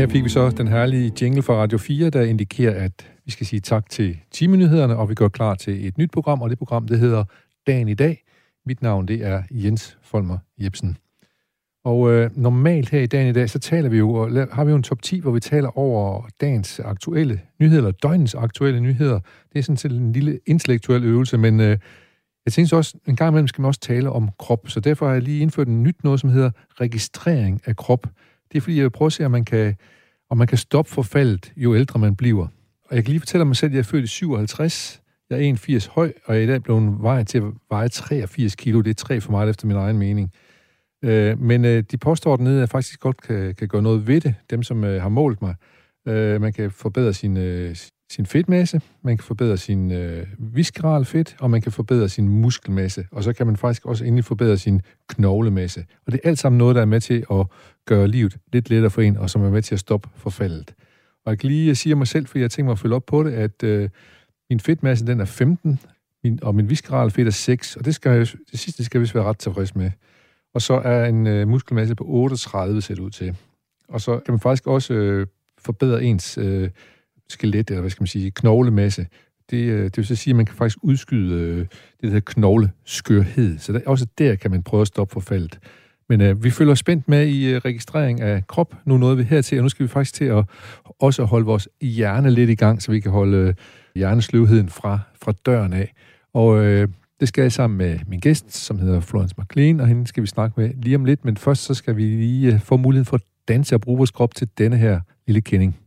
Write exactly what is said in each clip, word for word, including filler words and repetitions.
Her fik vi så den herlige jingle fra Radio fire, der indikerer, at vi skal sige tak til timenyhederne, og vi går klar til et nyt program, og det program, det hedder Dagen i dag. Mit navn, det er Jens Folmer Jebsen. Og øh, normalt her i Dagen i dag, så taler vi jo, og har vi jo en top ti, hvor vi taler over dagens aktuelle nyheder, eller døgnens aktuelle nyheder. Det er sådan set en lille intellektuel øvelse, men øh, jeg tænker også, en gang imellem skal man også tale om krop, så derfor har jeg lige indført en nyt noget, som hedder registrering af krop. Det er fordi, jeg vil prøve at se, om man kan, om man kan stoppe forfaldet, jo ældre man bliver. Og jeg kan lige fortælle mig selv, at jeg er født i syvoghalvtreds. Jeg er enogfirs høj, og jeg er i dag blevet vejet til at veje treogfirs kilo. Det er tre for meget efter min egen mening. Øh, men øh, de påstår dernede, at jeg faktisk godt kan, kan gøre noget ved det, dem som øh, har målt mig. Øh, man kan forbedre sin, øh, sin fedtmasse, man kan forbedre sin øh, visceral fedt, og man kan forbedre sin muskelmasse. Og så kan man faktisk også endelig forbedre sin knoglemasse. Og det er alt sammen noget, der er med til at gøre livet lidt lettere for en, og som er med til at stoppe forfaldet. Og jeg kan lige sige mig selv, for jeg tænker mig at følge op på det, at øh, min fedtmasse, den er femten, min, og min visceral fedt er seks, og det, skal, det sidste skal vi være ret tilfreds med. Og så er en øh, muskelmasse på otteogtredive set ud til. Og så kan man faktisk også øh, forbedre ens øh, skelet, eller hvad skal man sige, knoglemasse. Det, øh, det vil så sige, at man kan faktisk udskyde øh, det, der hedder knogleskørhed. Så der, også der kan man prøve at stoppe forfaldet. Men øh, vi følger spændt med i øh, registrering af krop. Nu nåede vi hertil, og nu skal vi faktisk til at også holde vores hjerne lidt i gang, så vi kan holde øh, hjernesløvheden fra, fra døren af. Og øh, det skal jeg sammen med min gæst, som hedder Florence McLean, og hende skal vi snakke med lige om lidt. Men først så skal vi lige øh, få muligheden for at danse og bruge vores krop til denne her lille kending.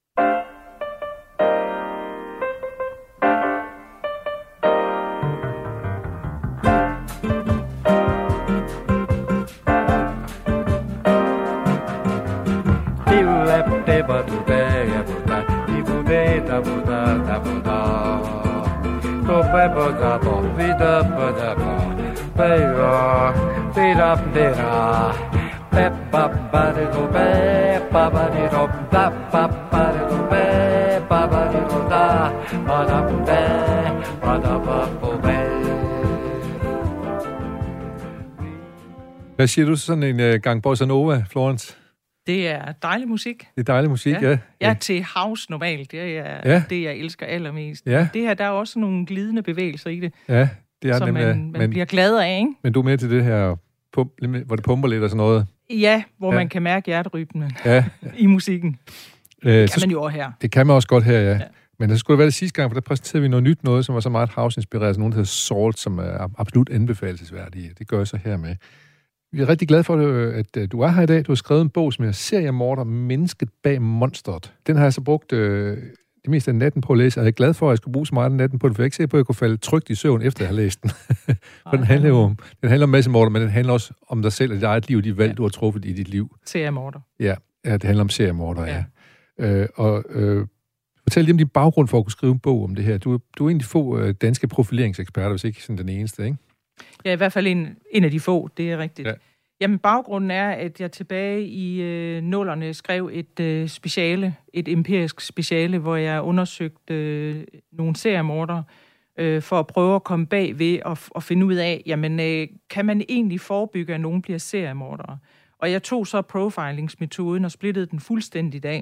Hvad siger du sådan en uh, gang bossa nova, Florence? Det er dejlig musik. Det er dejlig musik, ja. ja. Jeg er til house normalt. Det er ja. det, jeg elsker allermest. Ja. Det her, der er også nogle glidende bevægelser i det, ja, det er som nemlig, man, man men, bliver glad af, ikke? Men du er med til det her, pump, hvor det pumper lidt og sådan noget? Ja, hvor ja. man kan mærke hjerterytmen ja. i musikken. Øh, det kan man jo også her. Det kan man også godt her, ja. ja. Men det skulle være det sidste gang, for der præsenterede vi noget nyt, noget, som var så meget house-inspireret, så nogen, der hedder Salt, som er absolut anbefalesværdige. Det gør jeg så her med. Vi er rigtig glade for, at du er her i dag. Du har skrevet en bog, som hedder Seriemorder, mennesket bag monstret. Den har jeg så brugt øh, det meste af natten på at læse, og jeg er glad for, at jeg skulle bruge så meget af natten på den, for jeg er ikke sikker på, at jeg kunne falde trygt i søvn, efter jeg har læst den. For den handler jo om, den handler om massemorder, men den handler også om dig selv, og dit eget liv, og de valg, ja. du har truffet i dit liv. Seriemorder. Ja, ja, det handler om seriemorder, ja. ja. Øh, og øh, fortæl lige om din baggrund for at kunne skrive en bog om det her. Du, du er en af de få øh, danske profileringseksperter, hvis ikke sådan den eneste, ikke? Ja, i hvert fald en, en af de få, det er rigtigt. Ja. Jamen, baggrunden er, at jeg tilbage i øh, nullerne skrev et øh, speciale, et empirisk speciale, hvor jeg undersøgte øh, nogle seriemordere, øh, for at prøve at komme bag ved og, og finde ud af, jamen, øh, kan man egentlig forebygge, at nogen bliver seriemordere? Og jeg tog så profilingsmetoden og splittede den fuldstændigt af.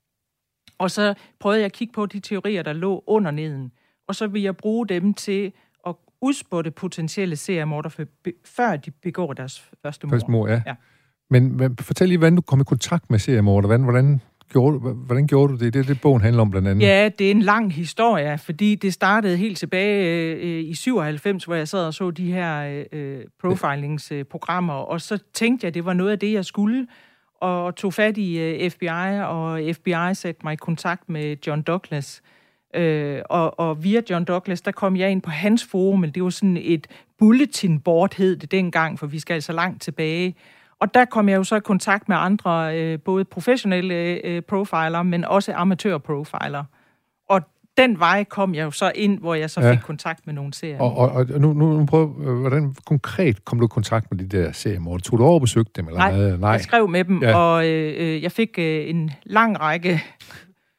Og så prøvede jeg at kigge på de teorier, der lå under neden. Og så vil jeg bruge dem til at udspåtte potentielle seriemordere, før de begår deres første mord. Første mord, ja. ja. Men, men fortæl lige, hvordan du kom i kontakt med seriemordere. Hvordan, hvordan, gjorde, hvordan gjorde du det? Det er det, bogen handler om blandt andet. Ja, det er en lang historie, fordi det startede helt tilbage øh, i syvoghalvfems, hvor jeg sad og så de her øh, profilingsprogrammer, og så tænkte jeg, det var noget af det, jeg skulle, og tog fat i øh, F B I, og F B I satte mig i kontakt med John Douglas. Øh, og, og via John Douglas, der kom jeg ind på hans forum, men det var sådan et bulletin board, hed det dengang, for vi skal altså langt tilbage. Og der kom jeg jo så i kontakt med andre, øh, både professionelle øh, profiler, men også amatørprofiler. Og den vej kom jeg jo så ind, hvor jeg så fik ja. kontakt med nogle serier. Og, og, og nu, nu, nu prøv, hvordan konkret kom du i kontakt med de der seriemordere? Tog du over og besøgte dem? Eller Nej, hvad? Nej, jeg skrev med dem, ja. og øh, jeg fik øh, en lang række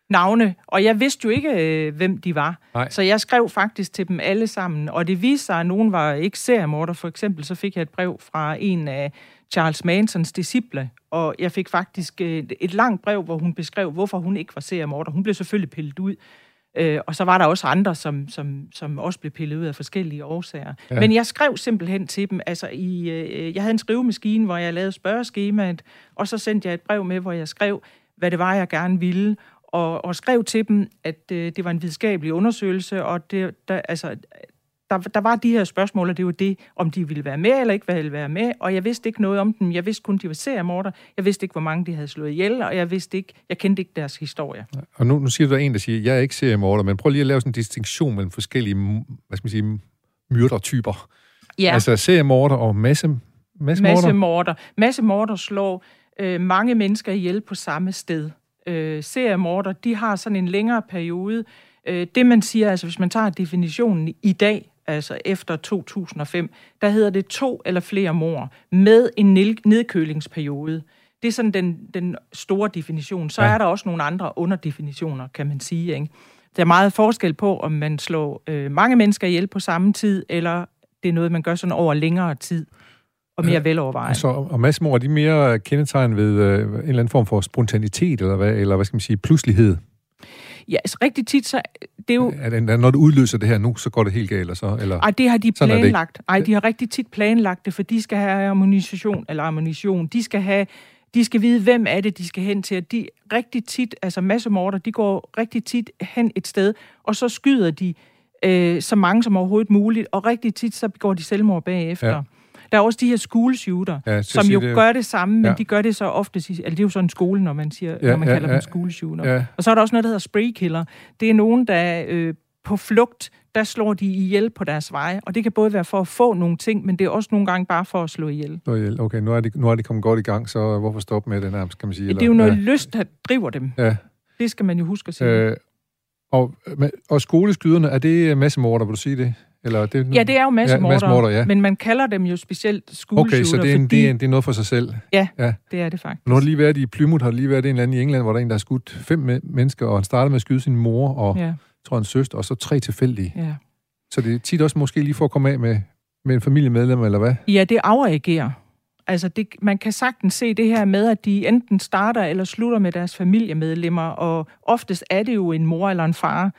navne, og jeg vidste jo ikke, øh, hvem de var. Nej. Så jeg skrev faktisk til dem alle sammen, og det viste sig, at nogen var ikke seriemorder. For eksempel så fik jeg et brev fra en af Charles Mansons disciple, og jeg fik faktisk et, et langt brev, hvor hun beskrev, hvorfor hun ikke var seriemorder. Hun blev selvfølgelig pillet ud, øh, og så var der også andre, som, som, som også blev pillet ud af forskellige årsager. Ja. Men jeg skrev simpelthen til dem, altså i, øh, jeg havde en skrivemaskine, hvor jeg lavede spørgeskemaet, og så sendte jeg et brev med, hvor jeg skrev, hvad det var, jeg gerne ville, og, og skrev til dem, at øh, det var en videnskabelig undersøgelse, og det, der, altså, der, der var de her spørgsmål, og det var det, om de ville være med eller ikke ville være med, og jeg vidste ikke noget om dem. Jeg vidste kun, de var seriemorder. Jeg vidste ikke, hvor mange de havde slået ihjel, og jeg vidste ikke, jeg kendte ikke deres historie. Og nu, nu siger du, der er en, der siger, jeg er ikke seriemorder, men prøv lige at lave sådan en distinktion mellem forskellige, hvad skal man sige, myrdertyper. Ja. Altså seriemorder og masse, massemorder. Massemorder. Massemorder slår øh, mange mennesker ihjel på samme sted. Øh, seriemorder, de har sådan en længere periode. Øh, det man siger, altså hvis man tager definitionen i dag, altså efter to tusind og fem, der hedder det to eller flere mord med en nedkølingsperiode. Det er sådan den, den store definition. Så ja. Er der også nogle andre underdefinitioner, kan man sige. Ikke? Der er meget forskel på, om man slår øh, mange mennesker ihjel på samme tid, eller det er noget, man gør sådan over længere tid. Og mere velovervejet. Så, og massemord, de er mere kendetegn ved øh, en eller anden form for spontanitet, eller hvad, eller hvad skal man sige, pludselighed? Ja, altså rigtig tit, så det er jo... Er det, når du udløser det her nu, så går det helt galt, så? Eller? Ej, det har de planlagt. Ej, de har rigtig tit planlagt det, for de skal have ammunition, eller ammunition. De skal have... De skal vide, hvem er det, de skal hen til. De rigtig tit, altså massemorder, de går rigtig tit hen et sted, og så skyder de øh, så mange som overhovedet muligt, og rigtig tit, så begår de selvmord bagefter. Ja. Der er også de her school shooter, ja, som jo det... gør det samme, men ja. De gør det så ofte, altså det er jo sådan en skole, når man, siger, ja, når man ja, kalder ja, dem school shooter. Ja. Og så er der også noget, der hedder spraykiller. Det er nogen, der øh, på flugt, der slår de ihjel på deres veje, og det kan både være for at få nogle ting, men det er også nogle gange bare for at slå ihjel. Slå ihjel. Okay, nu er, de, nu er de kommet godt i gang, så hvorfor stoppe med det nærmest, kan man sige? Eller? Det er jo noget ja. lyst, der driver dem. Ja. Det skal man jo huske at sige. Øh, og, og skoleskyderne, er det massemorder, vil du sige det? Eller det, ja, det er jo massemorder, ja, massemorder ja. Men man kalder dem jo specielt school okay, shooter. Okay, så det er, en, fordi... det, er en, det er noget for sig selv? Ja, ja, det er det faktisk. Nu har det lige været i Plymouth, har det lige været en eller anden i England, hvor der er en, der har skudt fem mennesker, og han startede med at skyde sin mor og ja. tror en søster, og så tre tilfældige. Ja. Så det er tit også måske lige for at komme af med, med en familiemedlem, eller hvad? Ja, det afreagerer. Altså, det, man kan sagtens se det her med, at de enten starter eller slutter med deres familiemedlemmer, og oftest er det jo en mor eller en far,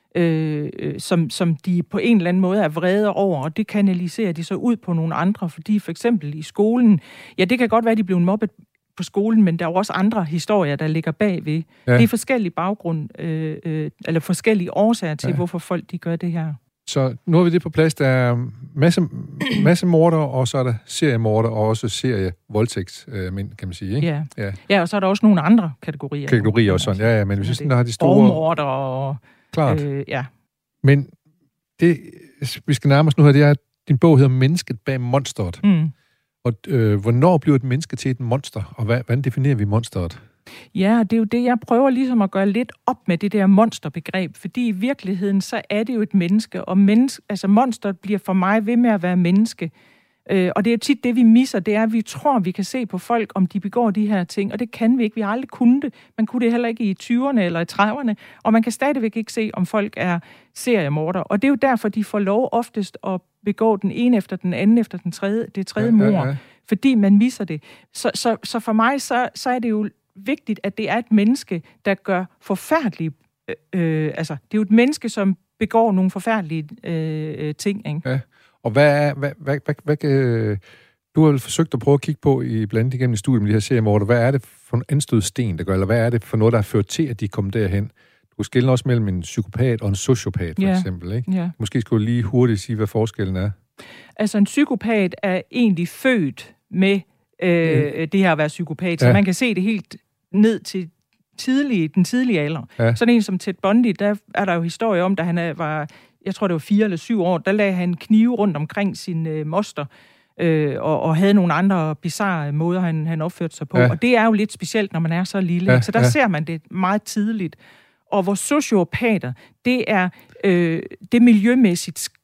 Øh, som, som de på en eller anden måde er vrede over, og det kanaliserer de så ud på nogle andre, fordi for eksempel i skolen, ja, det kan godt være, at de blev mobbet på skolen, men der er jo også andre historier, der ligger bagved. Ja. Det er forskellige baggrund, øh, øh, eller forskellige årsager til, ja. Hvorfor folk de gør det her. Så nu har vi det på plads, der er masse, masse morder, og så er der seriemorder, og også serievoldtægtsmænd, øh, kan man sige, ikke? Ja. ja. Ja, og så er der også nogle andre kategorier. Kategorier og sådan, ja, ja, men hvis vi sådan, der har de store... Borgmorder og... Klart. Øh, ja. Men det, vi skal nærme os nu her, det er, at din bog hedder Mennesket bag monsteret. Mm. Og øh, hvornår bliver et menneske til et monster, og hvad, hvordan definerer vi monsteret? Ja, det er jo det, jeg prøver ligesom at gøre lidt op med det der monsterbegreb, fordi i virkeligheden, så er det jo et menneske, og menneske, altså monsteret bliver for mig ved med at være menneske. Øh, og det er jo tit det, vi misser, det er, at vi tror, vi kan se på folk, om de begår de her ting, og det kan vi ikke. Vi har aldrig kunnet det. Man kunne det heller ikke i tyverne eller i trediverne, og man kan stadigvæk ikke se, om folk er seriemorder. Og det er jo derfor, de får lov oftest at begå den ene efter den anden, efter den tredje, det tredje ja, mord, ja, ja. Fordi man misser det. Så, så, så for mig, så, så er det jo vigtigt, at det er et menneske, der gør forfærdelige... Øh, altså, det er jo et menneske, som begår nogle forfærdelige øh, ting, ikke? Ja. Og hvad er, hvad, hvad, hvad, hvad, øh, du har vel forsøgt at prøve at kigge på, i blandt andet igennem studiet med de her seriemorder, hvad er det for en anstødsten, der gør, eller hvad er det for noget, der har ført til, at de kom derhen? Du skiller også mellem en psykopat og en sociopat, for yeah. eksempel, ikke? Yeah. Måske skulle du lige hurtigt sige, hvad forskellen er. Altså, en psykopat er egentlig født med øh, mm. det her at være psykopat, så ja. Man kan se det helt ned til tidlige, den tidlige alder. Ja. Sådan en som Ted Bundy, der er der jo historie om, da han er, var... jeg tror det var fire eller syv år, der lagde han knive rundt omkring sin øh, moster, øh, og, og havde nogle andre bizarre måder, han, han opførte sig på. Ja. Og det er jo lidt specielt, når man er så lille. Ja, så der ja. ser man det meget tidligt. Og vores sociopater, det er, øh, det er miljømæssigt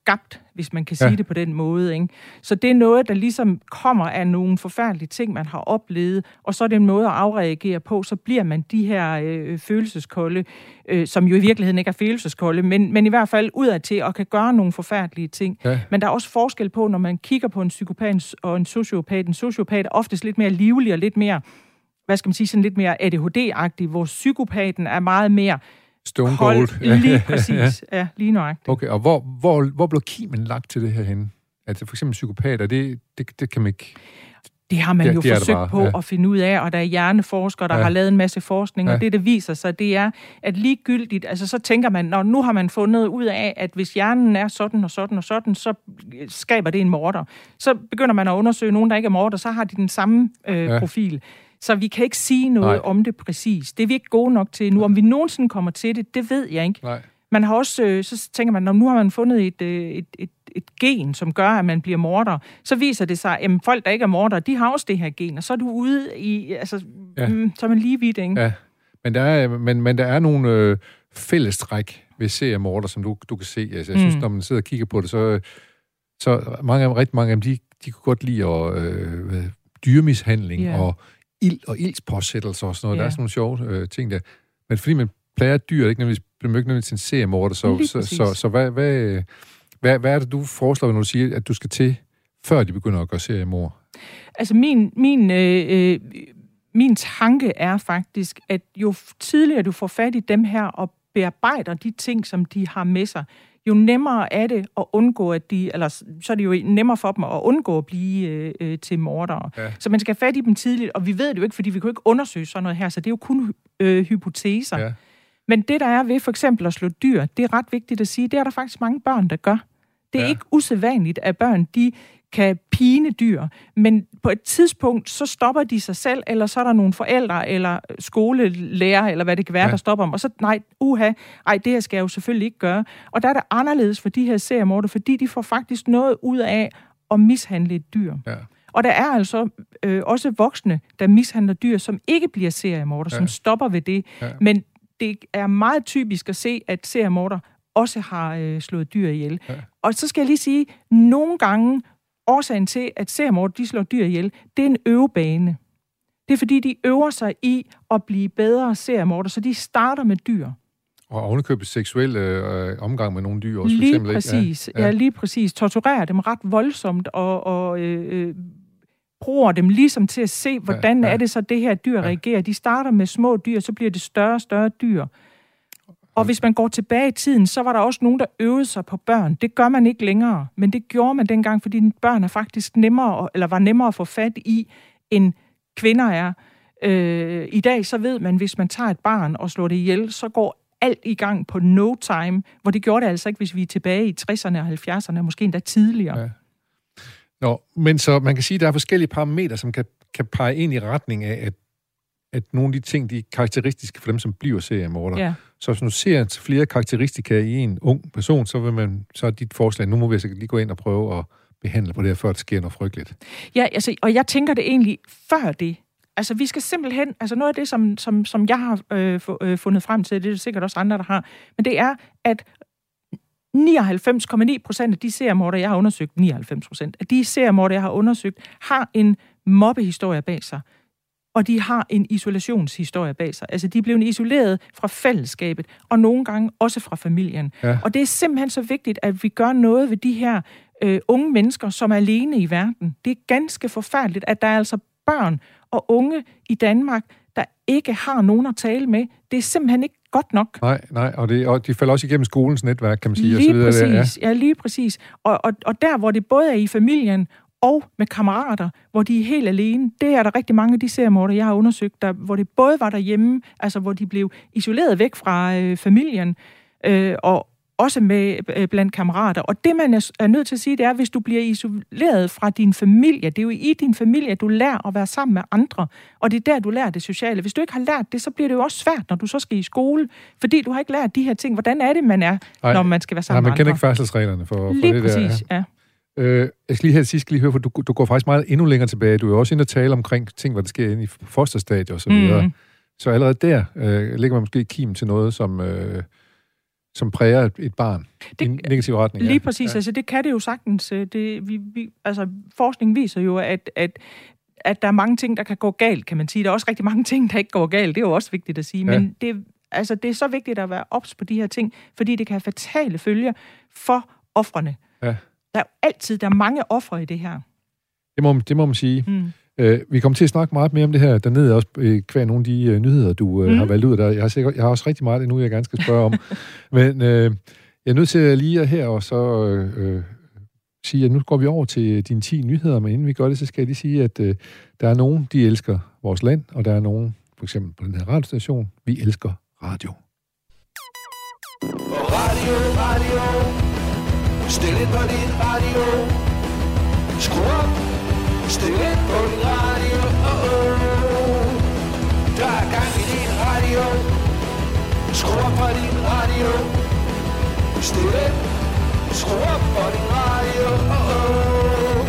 skabt, hvis man kan sige ja. det på den måde. Ikke? Så det er noget, der ligesom kommer af nogle forfærdelige ting, man har oplevet, og så er det en måde at afreagere på, så bliver man de her øh, følelseskolde, øh, som jo i virkeligheden ikke er følelseskolde, men, men i hvert fald udadtil og kan gøre nogle forfærdelige ting. Ja. Men der er også forskel på, når man kigger på en psykopat og en sociopat. En sociopat er oftest lidt mere livlig og lidt mere, hvad skal man sige, sådan lidt mere A D H D-agtig, hvor psykopaten er meget mere Stone Cold. Lige præcis. ja, lige nøjagtigt. Okay, og hvor, hvor, hvor blev kimen lagt til det her henne? Altså for eksempel psykopater, det, det, det kan man ikke... Det har man det, jo det forsøgt bare, på ja. at finde ud af, og der er hjerneforskere, der ja. har lavet en masse forskning, ja. og det, der viser sig, det er, at ligegyldigt, altså så tænker man, når nu har man fundet ud af, at hvis hjernen er sådan og sådan og sådan, så skaber det en morder. Så begynder man at undersøge nogen, der ikke er morder, så har de den samme øh, ja. profil. Så vi kan ikke sige noget Nej. om det præcis. Det er vi ikke gode nok til nu. Om vi nogensinde kommer til det, det ved jeg ikke. Nej. Man har også, øh, så tænker man, når nu har man fundet et, øh, et, et, et gen, som gør, at man bliver morder. Så viser det sig, at folk, der ikke er morder, de har også det her gen, og så er du ude i, altså, ja. mm, så er man lige vidt, ikke? Ja, men der er, men, men der er nogle øh, fællestræk ved seriemorder, som du, du kan se. Altså, jeg synes, mm. når man sidder og kigger på det, så, så mange af dem, rigtig mange af dem, de, de kunne godt lide at, øh, dyremishandling yeah. og ild og ildspåsættelser og sådan noget. Yeah. Der er sådan nogle sjove øh, ting der. Men fordi man plejer dyr, ikke nødvendigvis bliver ikke nødvendigvis til en seriemorder, så, så, så, så, så hvad, hvad, hvad, hvad er det, du foreslår, når du siger, at du skal til, før de begynder at gøre seriemord? Altså min, min, øh, min tanke er faktisk, at jo tidligere du får fat i dem her og bearbejder de ting, som de har med sig, jo nemmere er det at undgå, at de, eller så er det jo nemmere for dem at undgå at blive øh, til mordere. Ja. Så man skal have fat i dem tidligt, og vi ved det jo ikke, fordi vi kan jo ikke undersøge sådan noget her, så det er jo kun øh, hypoteser. Ja. Men det, der er ved for eksempel at slå dyr, det er ret vigtigt at sige, det er der faktisk mange børn, der gør. Det er ja. ikke usædvanligt, at børn, de kan pine dyr, men på et tidspunkt, så stopper de sig selv, eller så er der nogle forældre, eller skolelærer, eller hvad det kan være, ja. der stopper dem, og så, nej, uha, ej, det her skal jeg jo selvfølgelig ikke gøre. Og der er det anderledes for de her seriemorder, fordi de får faktisk noget ud af at mishandle et dyr. Ja. Og der er altså øh, også voksne, der mishandler dyr, som ikke bliver seriemorder, ja. som stopper ved det. Ja. Men det er meget typisk at se, at seriemorder også har øh, slået dyr ihjel. Ja. Og så skal jeg lige sige, nogle gange årsagen til, at seriemorder, de slår dyr ihjel, det er en øvebane. Det er fordi, de øver sig i at blive bedre seriemorder, så de starter med dyr. Og ovenikøbet seksuel øh, omgang med nogle dyr også, lige for eksempel. Præcis, ja, ja. ja, lige præcis. Torturerer dem ret voldsomt, og, og øh, bruger dem ligesom til at se, hvordan ja, ja. er det så, det her dyr ja. reagerer. De starter med små dyr, så bliver det større og større dyr. Og hvis man går tilbage i tiden, så var der også nogen, der øvede sig på børn. Det gør man ikke længere, men det gjorde man dengang, fordi børn er faktisk nemmere, eller var nemmere at få fat i, end kvinder er. Øh, I dag så ved man, hvis man tager et barn og slår det ihjel, så går alt i gang på no time, hvor det gjorde det altså ikke, hvis vi er tilbage i tresserne og halvfjerdserne, måske endda tidligere. Ja. Nå, men så man kan sige, at der er forskellige parametre, som kan, kan pege ind i retning af, at, at nogle af de ting, de er karakteristiske for dem, som bliver seriemorder. Ja. Så hvis du ser flere karakteristika i en ung person, så vil man, så er dit forslag, nu må vi altså lige gå ind og prøve at behandle på det her, før det sker noget frygteligt. Ja, altså, og jeg tænker det egentlig før det. Altså, vi skal simpelthen, altså noget af det, som, som, som jeg har øh, fundet frem til, det er det sikkert også andre, der har, men det er, at nioghalvfems komma ni procent af de seriemorder, jeg har undersøgt, nioghalvfems procent af de seriemorder, jeg har undersøgt, har en mobbehistorie bag sig. Og de har en isolationshistorie bag sig. Altså, de er blevet isoleret fra fællesskabet, og nogle gange også fra familien. Ja. Og det er simpelthen så vigtigt, at vi gør noget ved de her øh, unge mennesker, som er alene i verden. Det er ganske forfærdeligt, at der er altså børn og unge i Danmark, der ikke har nogen at tale med. Det er simpelthen ikke godt nok. Nej, nej, og, det, og de falder også igennem skolens netværk, kan man sige. Lige og så videre, præcis, ja. ja, lige præcis. Og, og, og der, hvor det både er i familien og med kammerater, hvor de er helt alene, det er der rigtig mange af de seriemorder, jeg har undersøgt, der, hvor det både var derhjemme, altså hvor de blev isoleret væk fra øh, familien, øh, og også med øh, blandt kammerater. Og det, man er, er nødt til at sige, det er, hvis du bliver isoleret fra din familie, det er jo i din familie, du lærer at være sammen med andre, og det er der, du lærer det sociale. Hvis du ikke har lært det, så bliver det jo også svært, når du så skal i skole, fordi du har ikke lært de her ting. Hvordan er det, man er, Ej, når man skal være sammen nej, med andre? Man kender ikke færdselsreglerne for, for lige det præcis, der. Ja. Øh, jeg skal lige her sidst lige høre, for du, du går faktisk meget endnu længere tilbage. Du er jo også inde og tale omkring ting, hvad der sker inde i fosterstadiet og så videre. Mm. Så allerede der øh, lægger man måske kim til noget, som, øh, som præger et, et barn det, i en negativ retning. Lige ja. præcis. Ja. Altså, det kan det jo sagtens. Det, vi, vi, altså, forskning viser jo, at, at, at der er mange ting, der kan gå galt, kan man sige. Der er også rigtig mange ting, der ikke går galt. Det er jo også vigtigt at sige. Ja. Men det, altså, det er så vigtigt at være ops på de her ting, fordi det kan have fatale følger for ofrene. Ja. Der er jo altid der er mange ofre i det her. Det må, det må man sige. Mm. Uh, vi kommer til at snakke meget mere om det her dernede, også uh, kvæg nogle af de uh, nyheder, du uh, mm. har valgt ud der. Jeg har, sikkert, jeg har også rigtig meget endnu, jeg gerne skal spørge om. Men uh, jeg er nødt til lige her og så uh, uh, sige, at nu går vi over til dine ti nyheder, men inden vi gør det, så skal jeg lige sige, at uh, der er nogen, de elsker vores land, og der er nogen, for eksempel på den her radiostation, vi elsker radio. Radio, radio, stil ind på din radio, skru op, stil ind på din radio, oh oh. Der er gang i din radio, skru op på din radio, stil ind, skru op på din radio, oh oh.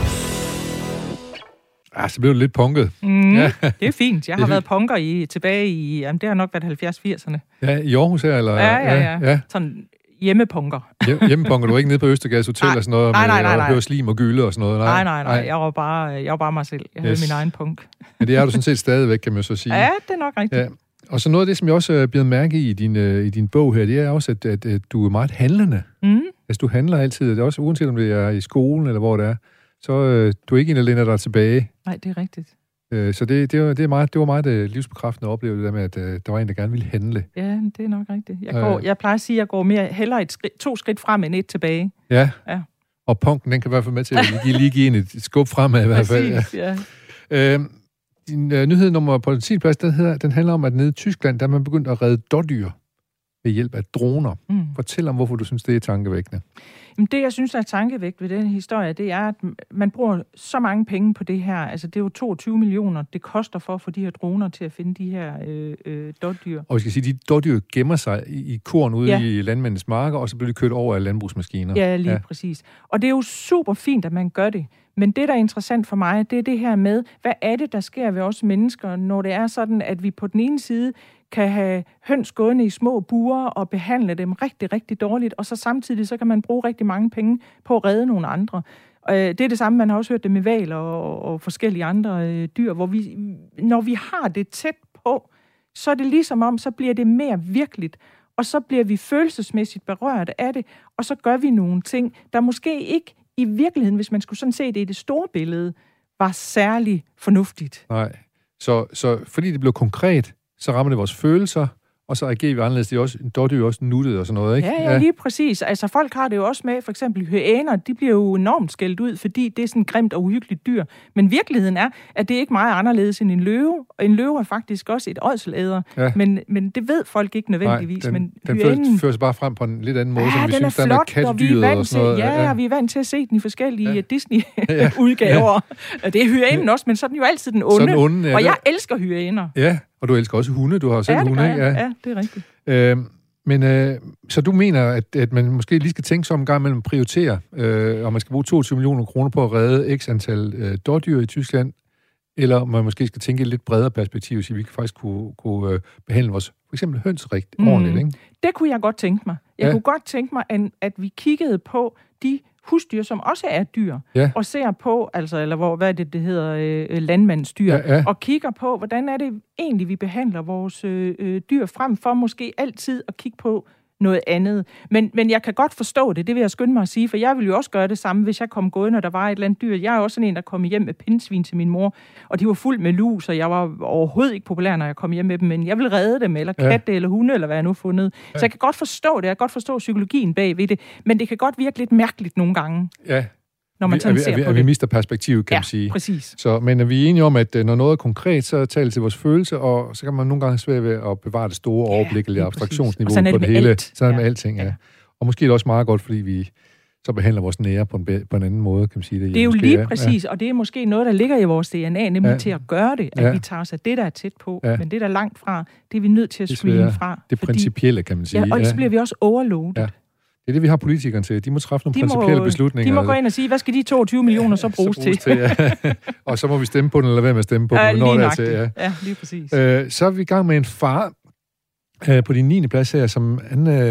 Ah, så blev det lidt punket. Mm, ja. Det er fint. Jeg har været punker i, tilbage i, jamen det har nok været halvfjerds firserne. Ja, i Aarhus her, eller? Ja, ja, ja. ja. Sådan hjemmepunker. Hjemmepunker, du er ikke nede på Østergas Hotel og sådan noget, nej, nej, nej, med at høre slim og gylde og sådan noget? Nej, nej, nej. nej. Jeg var bare, jeg var bare mig selv. Jeg havde yes. min egen punk. Men det er du sådan set stadigvæk, kan man så sige. Ja, det er nok rigtigt. Ja. Og så noget af det, som jeg også er blevet mærke i i din, i din bog her, det er også, at, at, at du er meget handlende. Mm. Altså, du handler altid. Det er også uanset om det er i skolen eller hvor det er. Så øh, du er ikke en, der lænder dig tilbage. Nej, det er rigtigt. Øh, så det, det, var, det, er meget, det var meget uh, livsbekræftende at opleve det der med, at uh, der var en, der gerne ville handle. Ja, det er nok rigtigt. Jeg, går, øh. jeg plejer at sige, at jeg går mere, hellere et skridt, to skridt frem end et tilbage. Ja, ja. Og punken, den kan i hvert fald med til at lige, lige give en et skub fremad i hvert fald. Præcis, ja. ja. Øh, din uh, nyhed nummer på din plads, den, hedder, den handler om, at nede i Tyskland, der er man begyndt at redde dårdyr ved hjælp af droner. Mm. Fortæl om, hvorfor du synes, det er tankevækkende. Jamen det, jeg synes, er tankevækkende ved den historie, det er, at man bruger så mange penge på det her. Altså, det er jo toogtyve millioner, det koster for at få de her droner til at finde de her øh, øh, dårdyr. Og vi skal sige, at de dårdyr gemmer sig i, i korn ude ja. i landmændens marker, og så bliver de kørt over af landbrugsmaskiner. Ja, lige ja. præcis. Og det er jo super fint, at man gør det. Men det, der er interessant for mig, det er det her med, hvad er det, der sker ved os mennesker, når det er sådan, at vi på den ene side kan have høns gående i små buer og behandle dem rigtig, rigtig dårligt, og så samtidig så kan man bruge rigtig mange penge på at redde nogle andre. Det er det samme, man har også hørt det med hvaler og, og forskellige andre øh, dyr, hvor vi, når vi har det tæt på, så er det ligesom om, så bliver det mere virkeligt, og så bliver vi følelsesmæssigt berørt af det, og så gør vi nogle ting, der måske ikke i virkeligheden, hvis man skulle sådan se det i det store billede, var særlig fornuftigt. Nej, så, så fordi det blev konkret, så rammer det vores følelser, og så agerer vi anderledes. Det er også, dårdyr er jo også nuttet og sådan noget, ikke? Ja, ja, lige præcis. Altså, folk har det jo også med, for eksempel hyæner, de bliver jo enormt skældt ud, fordi det er sådan grimt og uhyggeligt dyr. Men virkeligheden er, at det er ikke meget anderledes end en løve. Og en løve er faktisk også et ådselæder. Ja. Men, men det ved folk ikke nødvendigvis. Nej, den, men den hyænen fører sig bare frem på en lidt anden måde, ja, som vi synes, er der er kattedyret og sådan noget. Ja, ja, vi er vant til at se den i forskellige ja. Disney-udgaver. Ja. Det er hyænen også, men så er den jo altid den onde. Sådan onde ja, og jeg elsker hyæner. Ja, og du elsker også hunde. Du har selv ja, hunde, ikke? Ja, ja, det er rigtigt. Øh, men øh, så du mener, at, at man måske lige skal tænke sig om en gang mellem at prioritere, øh, om man skal bruge toogtyve millioner kroner på at redde x antal øh, dårdyr i Tyskland, eller man måske skal tænke et lidt bredere perspektiv, så vi kan faktisk kunne, kunne øh, behandle vores for eksempel høns rigtig mm. ordentligt, ikke? Det kunne jeg godt tænke mig. Jeg ja. kunne godt tænke mig, at, at vi kiggede på de husdyr, som også er dyr, ja. og ser på, altså, eller hvor, hvad er det, det hedder, øh, landmandsdyr, ja, ja. og kigger på, hvordan er det egentlig, vi behandler vores øh, dyr, frem for måske altid at kigge på noget andet. Men, men jeg kan godt forstå det, det vil jeg skynde mig at sige, for jeg ville jo også gøre det samme, hvis jeg kom gående, og der var et eller andet dyr. Jeg er også sådan en, der kom hjem med pindsvin til min mor, og de var fuld med lus, og jeg var overhovedet ikke populær, når jeg kom hjem med dem, men jeg ville redde dem, eller katte, ja. eller hunde, eller hvad jeg nu fundet. Ja. Så jeg kan godt forstå det, jeg kan godt forstå psykologien bag ved det, men det kan godt virke lidt mærkeligt nogle gange. Ja. Når man sådan er vi, ser er vi, på er det. Vi mister perspektivet, kan ja, man sige. Præcis. Så, men er vi enige om, at når noget er konkret, så taler det til vores følelse, og så kan man nogle gange svære ved at bevare det store overblik, eller ja, abstraktionsniveau på det hele. Alt. Sådan er det med alting, ja. ja. Og måske er det også meget godt, fordi vi så behandler vores nære på en, på en anden måde, kan man sige. Det, det er jo måske, lige præcis, ja. og det er måske noget, der ligger i vores D N A, nemlig ja. til at gøre det, at ja. vi tager os af det, der er tæt på, ja. men det, der er langt fra, det er vi nødt til at screene fra. Det fordi, principielle, kan man sige. Ja, og så bliver vi også overloadet. Ja. Det er det, vi har politikerne til. De må træffe nogle de principielle må, beslutninger. De må gå ind og sige, hvad skal de toogtyve millioner så bruges, så bruges til? til ja. Og så må vi stemme på den, eller hvad med at stemme på ja, den, når det er til. Ja. ja, lige præcis. Øh, så er vi i gang med en far øh, på din niende plads her, som han, øh,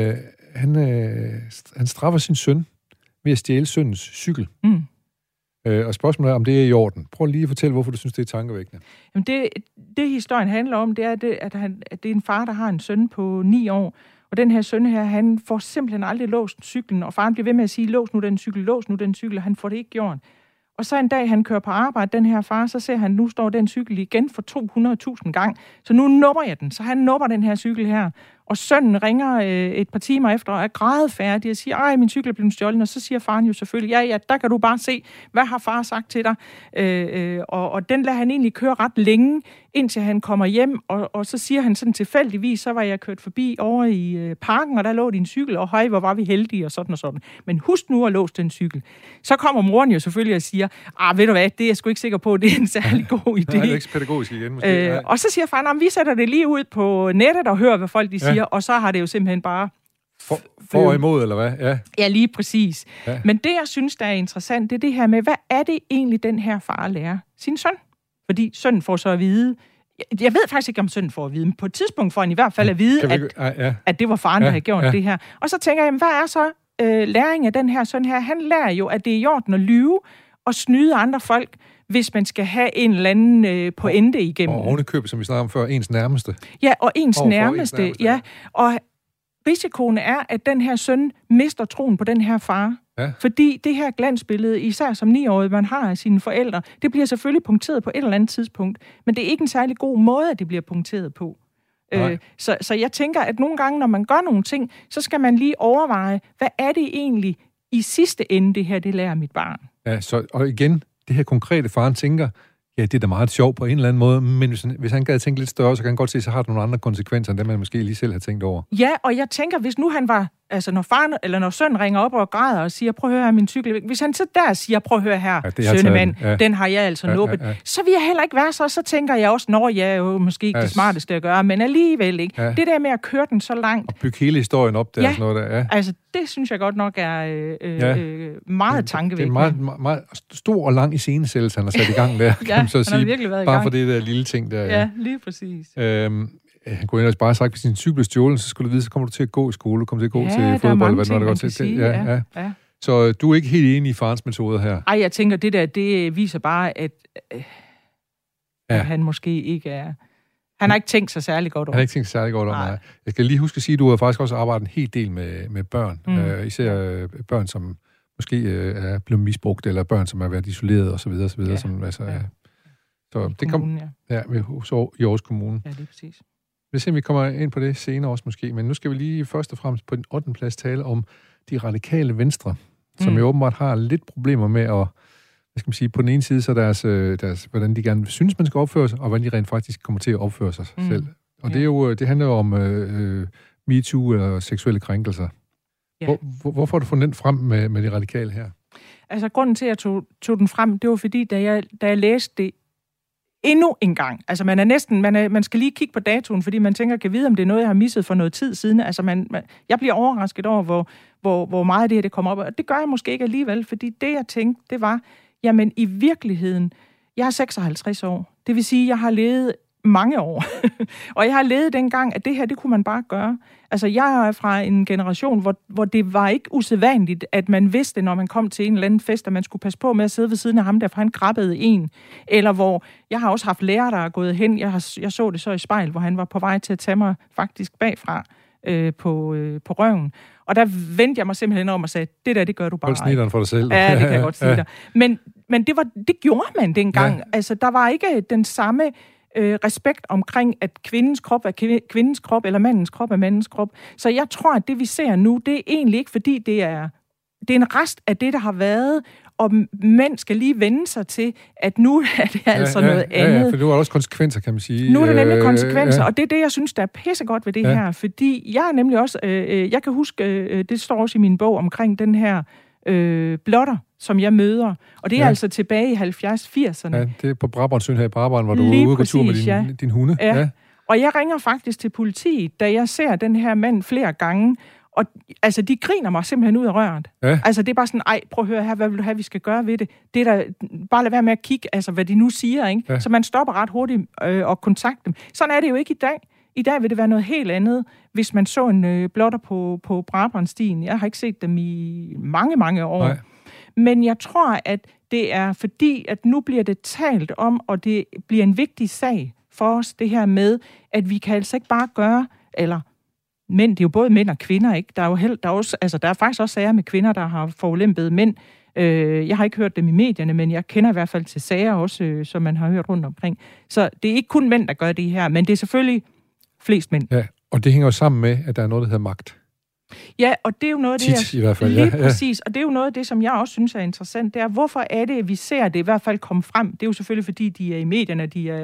han, øh, han straffer sin søn ved at stjæle sønnens cykel. Mm. Øh, og spørgsmålet er, om det er i orden. Prøv lige at fortælle, hvorfor du synes, det er tankevækkende. Jamen det, det historien handler om, det er, det, at, han, at det er en far, der har en søn på ni år, og den her søn her, han får simpelthen aldrig låst cyklen, og faren bliver ved med at sige, lås nu den cykel, lås nu den cykel, og han får det ikke gjort. Og så en dag, han kører på arbejde, den her far, så ser han, nu står den cykel igen for to hundrede tusind gang, så nu nupper jeg den. Så han nupper den her cykel her, og sønnen ringer øh, et par timer efter og er grædefærdig og siger, ej, min cykel er blevet stjålet, og så siger faren jo selvfølgelig, ja, ja, der kan du bare se, hvad har far sagt til dig? Øh, øh, og, og den lader han egentlig køre ret længe, indtil han kommer hjem, og, og så siger han sådan tilfældigvis, så var jeg kørt forbi over i øh, parken, og der lå din cykel, og hej, hvor var vi heldige, og sådan og sådan. Men husk nu at låse den cykel. Så kommer moren jo selvfølgelig og siger, ah, ved du hvad, det er jeg sgu ikke sikker på, det er en særlig god idé. Nej, det er ikke pædagogisk igen, måske. Øh, og så siger faren, vi sætter det lige ud på nettet og hører, hvad folk de siger, ja. Og så har det jo simpelthen bare... For, for og imod, eller hvad? Ja, ja lige præcis. Ja. Men det, jeg synes, der er interessant, det er det her med, hvad er det egentlig, den her far lærer sin søn? Fordi sønnen får så at vide... Jeg ved faktisk ikke, om sønnen får at vide, men på et tidspunkt får han i hvert fald at vide, vi... at, ja, ja. at det var faren, ja, der havde gjort ja. det her. Og så tænker jeg, hvad er så øh, læring af den her søn her? Han lærer jo, at det er i orden at lyve og snyde andre folk, hvis man skal have en eller anden øh, pointe igennem. Og ovenikøbet, som vi snakkede om før, ens nærmeste. Ja, og ens nærmeste, ens nærmeste, ja. ja. Og risikoen er, at den her søn mister troen på den her far. Ja. Fordi det her glansbillede, især som niårig, man har af sine forældre, det bliver selvfølgelig punkteret på et eller andet tidspunkt, men det er ikke en særlig god måde, at det bliver punkteret på. Øh, så, så jeg tænker, at nogle gange, når man gør nogle ting, så skal man lige overveje, hvad er det egentlig i sidste ende, det her, det lærer mit barn. Ja, så, og igen, det her konkrete faren tænker, ja, det er da meget sjovt på en eller anden måde, men hvis han, hvis han gad tænke lidt større, så kan han godt se, så har det nogle andre konsekvenser, end det man måske lige selv har tænkt over. Ja, og jeg tænker, hvis nu han var, altså når faren, eller når sønnen ringer op og græder og siger, prøv at høre her, min cykel, hvis han så der siger, prøv at høre her, ja, sønnemand, ja. Den har jeg altså ja, nubbet, ja, ja. Så vil jeg heller ikke være så, så tænker jeg også, når jeg er jo måske ikke ja, det smarteste at gøre, men alligevel ikke. Ja. Det der med at køre den så langt. Og bygge hele historien op der. Ja, sådan noget der. Ja. Altså det synes jeg godt nok er øh, ja. øh, meget tankevækkende. Det er en meget, meget stor og lang iscenesættelse, han har sat i gang der, kan ja, man så sige. Han har virkelig været i bare gang. for det der lille ting der. Ja, ja lige præcis. Øhm, han kunne ellers bare have sagt, hvis din cykel blev stjålet, så skulle du vide, så kommer du til at gå i skole, du kommer til at gå ja, til fodbold, hvad der er godt til. Sige, ja, ja. Ja. Så øh, du er ikke helt enig i farens metoder her? Ej, jeg tænker, det der, det viser bare, at, øh, ja. at han måske ikke er... Han har ikke tænkt sig særlig godt om. Han har ikke tænkt sig særlig godt om, nej. nej. Jeg skal lige huske at sige, at du har faktisk også arbejdet en hel del med, med børn. Mm. Øh, især øh, børn, som måske øh, er blevet misbrugt, eller børn, som har været isoleret osv. osv. Ja. Som, altså, ja. Så I det kommunen, kom, ja. Ja, ved, så, i Aarhus Kommune. Ja, det er præcis. Vi ser, om vi kommer ind på det senere også måske, men nu skal vi lige først og fremmest på den ottende plads tale om de radikale venstre, som mm. jo åbenbart har lidt problemer med at, hvad skal man sige, på den ene side, så deres, deres, hvordan de gerne synes, man skal opføre sig, og hvordan de rent faktisk kommer til at opføre sig mm. selv. Og ja. det, er jo, det handler jo om øh, MeToo og seksuelle krænkelser. Ja. Hvor, hvor, hvorfor har du fundet den frem med, med de radikale her? Altså, grunden til, at jeg tog, tog den frem, det var fordi, da jeg, da jeg læste det endnu en gang. Altså, man er næsten, man, er, man skal lige kigge på datoen, fordi man tænker, kan vide, om det er noget, jeg har misset for noget tid siden. Altså, man, man, jeg bliver overrasket over, hvor, hvor, hvor meget af det her, det kommer op. Og det gør jeg måske ikke alligevel, fordi det, jeg tænkte, det var, jamen, i virkeligheden, jeg er seksoghalvtreds år. Det vil sige, jeg har levet mange år. Og jeg har levet dengang, at det her, det kunne man bare gøre. Altså, jeg er fra en generation, hvor, hvor det var ikke usædvanligt, at man vidste, når man kom til en eller anden fest, at man skulle passe på med at sidde ved siden af ham, der for han krabbede en. Eller hvor, jeg har også haft lærere, der er gået hen, jeg, har, jeg så det så i spejl, hvor han var på vej til at tage mig faktisk bagfra øh, på, øh, på røven. Og der vendte jeg mig simpelthen om og sagde, det der, det gør du bare. Hold sniteren for dig selv. Ja, det kan jeg godt sige dig. Men, men det, var, det gjorde man dengang. Ja. Altså, der var ikke den samme Øh, respekt omkring, at kvindens krop er kvindens krop, eller mandens krop er mandens krop. Så jeg tror, at det, vi ser nu, det er egentlig ikke, fordi det er, det er en rest af det, der har været, og mænd skal lige vende sig til, at nu er det altså ja, ja, noget ja, andet. Ja, for nu er der også konsekvenser, kan man sige. Nu er der nemlig øh, konsekvenser, ja. og det er det, jeg synes, der er pissegodt ved det ja. her, fordi jeg er nemlig også, øh, jeg kan huske, øh, det står også i min bog omkring den her øh, blotter, som jeg møder. Og det er ja. altså tilbage i halvfjerds firserne. Ja, det er på Brabrandssøen her i Brabrand, hvor du er ude og tur med din, ja. din hunde. Ja. ja. Og jeg ringer faktisk til politiet, da jeg ser den her mand flere gange, og altså, de griner mig simpelthen ud af røret. Ja. Altså, det er bare sådan, ej, prøv at høre her, hvad vil du have, vi skal gøre ved det? Det er der, bare lad være med at kigge, altså, hvad de nu siger, ikke? Ja. Så man stopper ret hurtigt øh, og kontakter dem. Sådan er det jo ikke i dag. I dag vil det være noget helt andet, hvis man så en øh, blotter på, på Brabrandstien. Jeg har ikke set dem i mange, mange år. Nej. Men jeg tror, at det er fordi, at nu bliver det talt om, og det bliver en vigtig sag for os, det her med, at vi kan altså ikke bare gøre, eller mænd, det er jo både mænd og kvinder, ikke? Der er jo held, der er også, altså der er faktisk også sager med kvinder, der har forulempet mænd. Øh, jeg har ikke hørt dem i medierne, men jeg kender i hvert fald til sager også, øh, som man har hørt rundt omkring. Så det er ikke kun mænd, der gør det her, men det er selvfølgelig flest mænd. Ja, og det hænger jo sammen med, at der er noget, der hedder magt. Ja, og det er jo noget af det, Tit, i hvert fald, lige ja, ja. præcis, og det er jo noget af det, som jeg også synes er interessant, det er, hvorfor er det, at vi ser det i hvert fald komme frem? Det er jo selvfølgelig, fordi de er i medierne, de er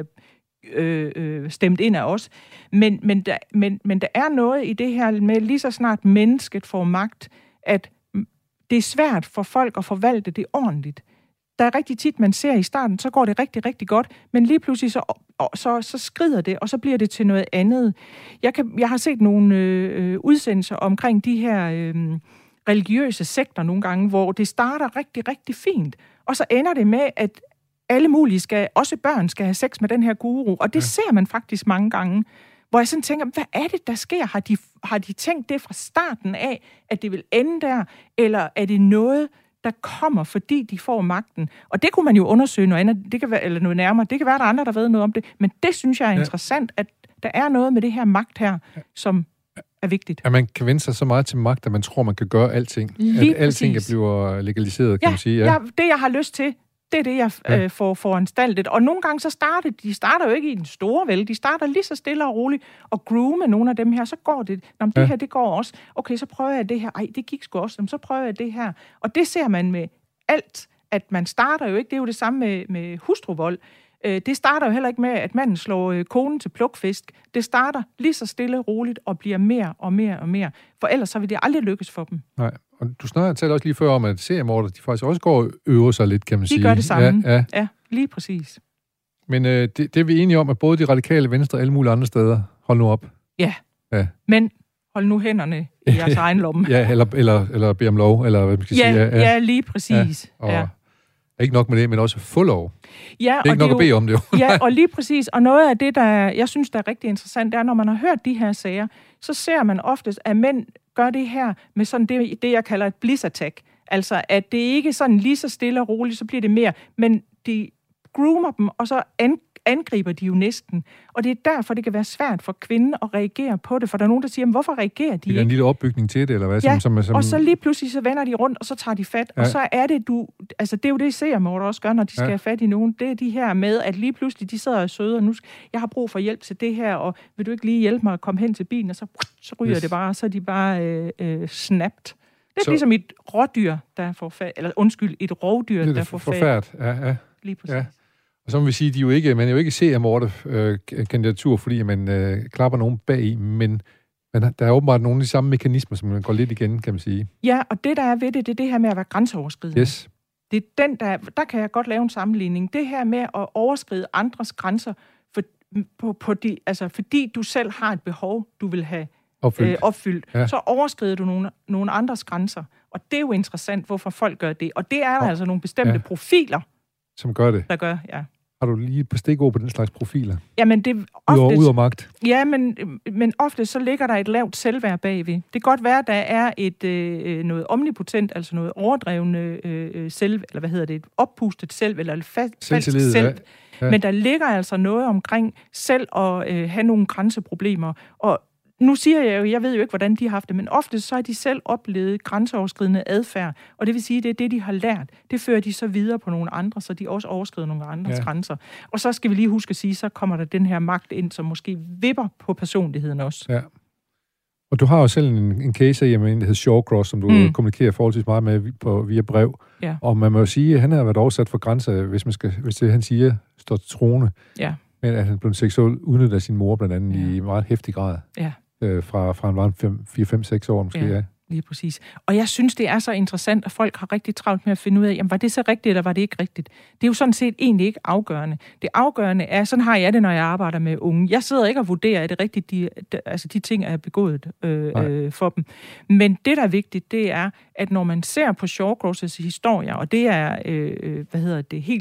øh, øh, stemt ind af os, men, men, der, men, men der er noget i det her med, lige så snart mennesket får magt, at det er svært for folk at forvalte det ordentligt. Der er rigtig tit, man ser i starten, så går det rigtig, rigtig godt, men lige pludselig så, så, så skrider det, og så bliver det til noget andet. Jeg, kan, jeg har set nogle øh, udsendelser omkring de her øh, religiøse sekter nogle gange, hvor det starter rigtig, rigtig fint, og så ender det med, at alle mulige skal, også børn skal have sex med den her guru, og det ja. ser man faktisk mange gange, hvor jeg sådan tænker, hvad er det, der sker? Har de, har de tænkt det fra starten af, at det vil ende der, eller er det noget, der kommer, fordi de får magten? Og det kunne man jo undersøge noget andet, det kan være, eller noget nærmere. Det kan være, der er andre, der ved noget om det, men det synes jeg er ja. interessant, at der er noget med det her magt her, som er vigtigt. At man kan vende sig så meget til magt, at man tror, man kan gøre alting. Lige at alting bliver legaliseret, kan ja, man sige. Ja. ja, det jeg har lyst til, det er det, jeg ja. øh, får foranstaltet. Og nogle gange så starter de starter jo ikke i den store vel, de starter lige så stille og roligt og groome nogle af dem her, så går det. Nå, det ja. her, det går også. Okay, så prøver jeg det her. Ej, det gik sgu også. Så prøver jeg det her. Og det ser man med alt, at man starter jo ikke. Det er jo det samme med, med hustruvold. Øh, det starter jo heller ikke med, at manden slår øh, konen til plukfisk. Det starter lige så stille og roligt og bliver mere og mere og mere. For ellers så vil det aldrig lykkes for dem. Nej. Og du snakkede også lige før om, at seriemordere, de faktisk også går og øver sig lidt, kan man de sige. De gør det samme. Ja, ja. ja lige præcis. Men øh, det, det er vi enige om, at både de radikale venstre og alle mulige andre steder, hold nu op. Ja, ja. Men hold nu hænderne i jeres egen lomme. Ja, eller, eller, eller bede om lov, eller hvad man skal ja, sige. Ja, ja, lige præcis. Ja, og ja. Ikke nok med det, men også få lov. Ja, det er ikke og nok det at bede om det jo. Ja, og lige præcis. Og noget af det, der jeg synes, der er rigtig interessant, det er, når man har hørt de her sager, så ser man oftest, at mænd gør det her med sådan det, det jeg kalder et bliss attack. Altså, at det ikke sådan lige så stille og roligt, så bliver det mere, men de groomer dem, og så angriber de jo næsten. Og det er derfor, det kan være svært for kvinden at reagere på det, for der er nogen, der siger, hvorfor reagerer de ikke? Det er en lille opbygning til det, eller hvad? Ja, som, som, som... og så lige pludselig, så vender de rundt, og så tager de fat, ja. og så er det, du... Altså, det er jo det, seriemordere også gør, når de skal ja. have fat i nogen. Det er de her med, at lige pludselig, de sidder og søder, og nu jeg har brug for hjælp til det her, og vil du ikke lige hjælpe mig at komme hen til bilen, og så, så ryger yes. det bare, og så er de bare øh, øh, snapped. Det er så... ligesom et rådyr, der får fat, eller undskyld, et rovdyr, det der får fat. Forfærd, ja, ja. Lige præcis. Ja. Og så må vi sige, de er jo ikke, man er jo ikke seriemorder-kandidatur, øh, fordi man øh, klapper nogen bag i, men, men der er åbenbart nogle af de samme mekanismer, som man går lidt igen, kan man sige. Ja, og det, der er ved det, det er det her med at være grænseoverskridende. Yes. Det er den, der, der kan jeg godt lave en sammenligning. Det her med at overskride andres grænser, for, på, på de, altså, fordi du selv har et behov, du vil have opfyldt, øh, opfyldt ja. så overskrider du nogle, nogle andres grænser. Og det er jo interessant, hvorfor folk gør det. Og det er oh. altså nogle bestemte ja. profiler, som gør det. Der gør, ja. Har du lige et par stikord på den slags profiler? Jamen, det oftest... Ud over magt? Ja, men, men ofte så ligger der et lavt selvværd bagved. Det kan godt være, at der er et, øh, noget omnipotent, altså noget overdrevne øh, selv, eller hvad hedder det, et oppustet selv, eller et fa- falsk selv. Ja. Ja. Men der ligger altså noget omkring selv at øh, have nogle grænseproblemer. Og nu siger jeg jo, jeg ved jo ikke, hvordan de har haft det, men ofte så har de selv oplevet grænseoverskridende adfærd, og det vil sige, det er det, de har lært. Det fører de så videre på nogle andre, så de også overskrider nogle andres ja. grænser. Og så skal vi lige huske at sige, så kommer der den her magt ind, som måske vipper på personligheden også. Ja. Og du har jo selv en, en case af hjemme, der hedder Shawcross, som du mm. kommunikerer forholdsvis meget med på, via brev. Ja. Og man må jo sige, at han har været oversat for grænser, hvis, man skal, hvis det, han siger, står til trone. Ja. Men at han blev seksuelt udnyttet af sin mor, blandt andet ja. i meget heftig grad. Ja. Øh, fra, fra han var fire fem seks år måske, ja. ja. Lige præcis. Og jeg synes, det er så interessant, at folk har rigtig travlt med at finde ud af, jamen, var det så rigtigt, eller var det ikke rigtigt? Det er jo sådan set egentlig ikke afgørende. Det afgørende er, sådan har jeg det, når jeg arbejder med unge. Jeg sidder ikke og vurderer, er det rigtigt, de, de, altså de ting er begået øh, øh, for dem. Men det, der er vigtigt, det er, at når man ser på Shawcross' historier, og det er, øh, hvad hedder det, helt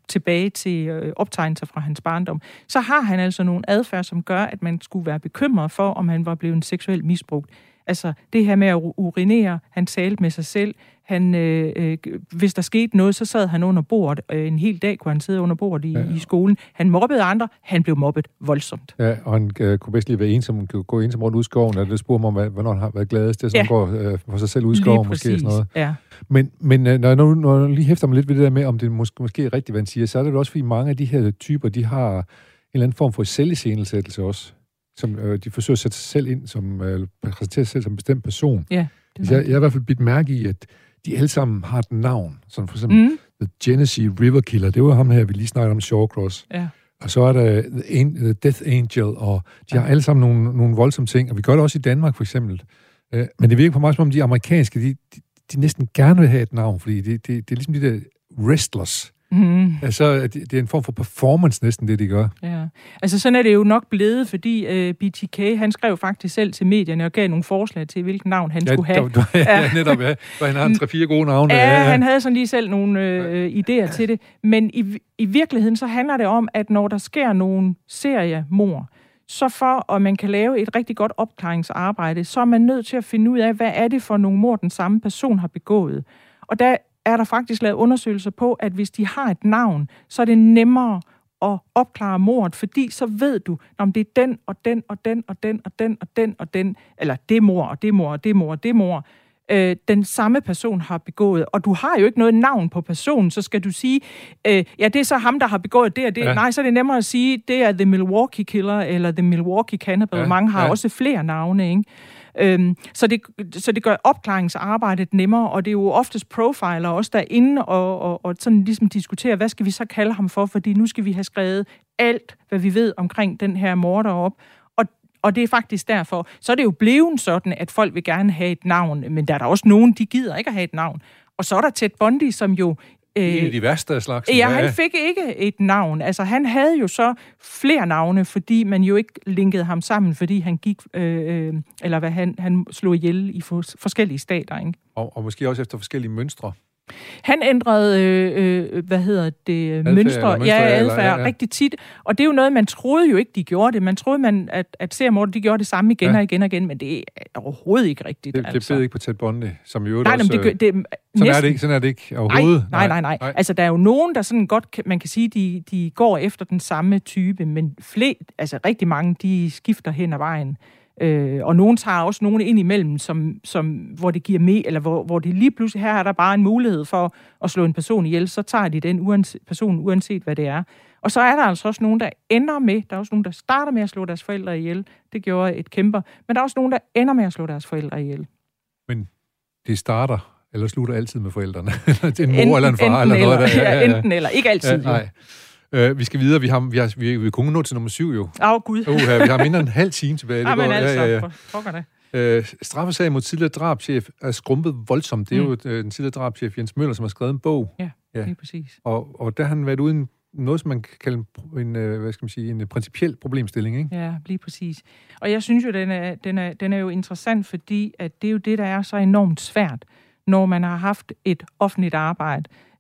tilbage til øh, optegnelser fra hans barndom, så har han altså nogle adfærd, som gør, at man skulle være bekymret for, om han var blevet seksuelt misbrugt. Altså det her med at urinere, han talte med sig selv, han, øh, øh, hvis der skete noget, så sad han under bordet. Øh, en hel dag kunne han sidde under bordet i, ja. i skolen. Han mobbede andre, han blev mobbet voldsomt. Ja, og han øh, kunne bedst lige være ensom, gå ensom rundt ud i skoven, og det spurgte mig om, hvornår han har været gladest, det er, så ja. han går øh, for sig selv ud i skoven, måske sådan noget. Ja. Men, men øh, når, jeg, når jeg lige hæfter mig lidt ved det der med, om det måske, måske er rigtigt, hvad han siger, så er det også, fordi mange af de her typer, de har en eller anden form for selviscenesættelse også, som øh, de forsøger at sætte sig selv ind, som øh, præsenterer sig selv som en bestemt person. Ja, jeg, jeg har i hvert fald bidt mærke i, at de alle sammen har et navn, som for eksempel mm. The Genesee River Killer, det var ham her, vi lige snakkede om, Shawcross. Ja. Og så er der The, An- The Death Angel, og de har ja. alle sammen nogle, nogle voldsomme ting, og vi gør det også i Danmark for eksempel. Uh, men det virker på mig som om de amerikanske, de, de, de næsten gerne vil have et navn, fordi det, det, det er ligesom de der wrestlers. Mm. Altså, det, det er en form for performance næsten, det de gør. Ja. Altså, sådan er det jo nok blevet, fordi uh, B T K, han skrev faktisk selv til medierne og gav nogle forslag til, hvilken navn han ja, skulle have. Du, ja, ja, netop, ja. For han har en tre-fire gode navne. Ja, ja, han havde sådan lige selv nogle øh, idéer ja. til det. Men i, i virkeligheden, så handler det om, at når der sker nogle seriemord, så for at man kan lave et rigtig godt opklaringsarbejde, så er man nødt til at finde ud af, hvad er det for nogle mord, den samme person har begået. Og der er der faktisk lavet undersøgelser på, at hvis de har et navn, så er det nemmere at opklare mordet, fordi så ved du, om det er den og den og den og den og den og den og den, eller det mord og det mord og det mord og det mord, øh, den samme person har begået. Og du har jo ikke noget navn på personen, så skal du sige, øh, ja, det er så ham, der har begået det og det. Ja. Nej, så er det nemmere at sige, det er The Milwaukee Killer eller The Milwaukee Cannibal. Ja. Mange har ja. også flere navne, ikke? Øhm, så, det, så det gør opklaringsarbejdet nemmere, og det er jo oftest profiler også derinde, og, og, og sådan ligesom diskutere, hvad skal vi så kalde ham for, fordi nu skal vi have skrevet alt, hvad vi ved omkring den her morder op, og, og det er faktisk derfor. Så er det jo blevet sådan, at folk vil gerne have et navn, men der er der også nogen, de gider ikke at have et navn. Og så er der Ted Bundy, som jo en af de værste af slagsen. Ja, han fik ikke et navn. Altså, han havde jo så flere navne, fordi man jo ikke linkede ham sammen, fordi han gik, øh, eller hvad han, han slog ihjel i for, forskellige stater, ikke? Og, og måske også efter forskellige mønstre. Han ændrede, øh, hvad hedder det, adfærd, mønstre, mønstre, ja, adfærd ja, ja. rigtig tit. Og det er jo noget, man troede jo ikke, de gjorde det. Man troede, man, at, at seriemordere, de gjorde det samme igen ja. og igen og igen, men det er overhovedet ikke rigtigt. Det, altså. det bed ikke på Ted Bundy, som jo nej, også... Nej, det, det, sådan, næsten, er det ikke, sådan er det ikke overhovedet. Nej, nej, nej, nej. Altså, der er jo nogen, der sådan godt, man kan sige, de, de går efter den samme type, men flere, altså rigtig mange, de skifter hen ad vejen. Øh, og nogen tager også nogen ind imellem, som, som, hvor det giver med, eller hvor, hvor det lige pludselig, her er der bare en mulighed for at slå en person ihjel, så tager de den uanset, person, uanset hvad det er. Og så er der altså også nogen, der ender med, der er også nogen, der starter med at slå deres forældre ihjel. Det gjorde et kæmper. Men der er også nogen, der ender med at slå deres forældre ihjel. Men det starter, eller slutter altid med forældrene? Det er en mor enten, eller en far, eller noget eller, der. Ja, ja, enten eller, ikke altid. Ja, nej. Uh, vi skal videre. Vi har vi har vi, vi kunne nå til nummer syv jo. Åh oh, gud. Uh, uh, vi har mindre end en halv time tilbage. Det ja, men altså, ja, ja, ja. Fucker det. Uh, straffesag mod tidligere drabschef er skrumpet voldsomt. Det er mm. jo uh, den tidligere drabschef Jens Møller, som har skrevet en bog. Ja, ja. Det er præcis. Og, og der har han været uden noget, som man kan kalde en, uh, hvad skal man sige, en principiel problemstilling, ikke? Ja, lige præcis. Og jeg synes jo, den er, den er, den er jo interessant, fordi at det er jo det, der er så enormt svært, når man har haft et offentligt arbejde,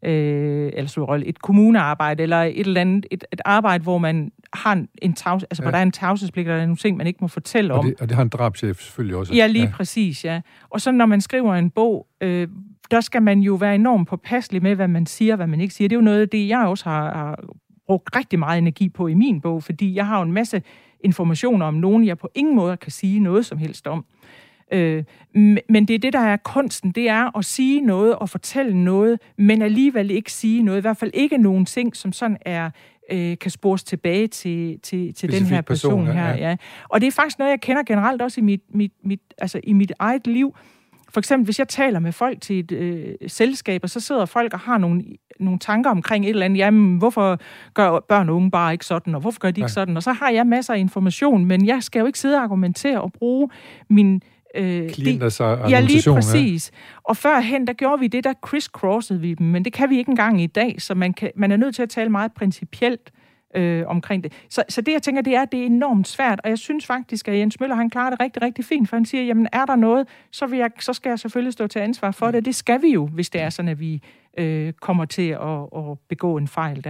øh, eller så et kommunearbejde, eller et eller andet, et, et arbejde, hvor man har en, en tavs, altså ja. hvor der er en tavshedspligt, og der er nogle ting, man ikke må fortælle og om. Det, og det har en drabschef selvfølgelig også. Ja, lige ja. præcis, ja. Og så når man skriver en bog, øh, der skal man jo være enormt påpasselig med, hvad man siger, hvad man ikke siger. Det er jo noget af det, jeg også har, har brugt rigtig meget energi på i min bog, fordi jeg har jo en masse informationer om nogen, jeg på ingen måde kan sige noget som helst om. Øh, men det er det, der er kunsten, det er at sige noget og fortælle noget, men alligevel ikke sige noget, i hvert fald ikke nogen ting, som sådan er, øh, kan spores tilbage til, til, til den her person, person her. Ja. Ja. Og det er faktisk noget, jeg kender generelt også i mit, mit, mit, altså i mit eget liv. For eksempel, hvis jeg taler med folk til et øh, selskab, og så sidder folk og har nogle, nogle tanker omkring et eller andet, jamen, hvorfor gør børn og unge bare ikke sådan, og hvorfor gør de ikke sådan? Og så har jeg masser af information, men jeg skal jo ikke sidde og argumentere og bruge min Øh, klienters argumentation. Ja, lige præcis. Ja. Og førhen, der gjorde vi det, der criss-crossede vi dem, men det kan vi ikke engang i dag, så man, kan, man er nødt til at tale meget principielt øh, omkring det. Så, så det, jeg tænker, det er, det er enormt svært, og jeg synes faktisk, at Jens Møller, han klarer det rigtig, rigtig fint, for han siger, jamen, er der noget, så, vil jeg, så skal jeg selvfølgelig stå til ansvar for det. Det skal vi jo, hvis det er sådan, at vi øh, kommer til at, at begå en fejl der.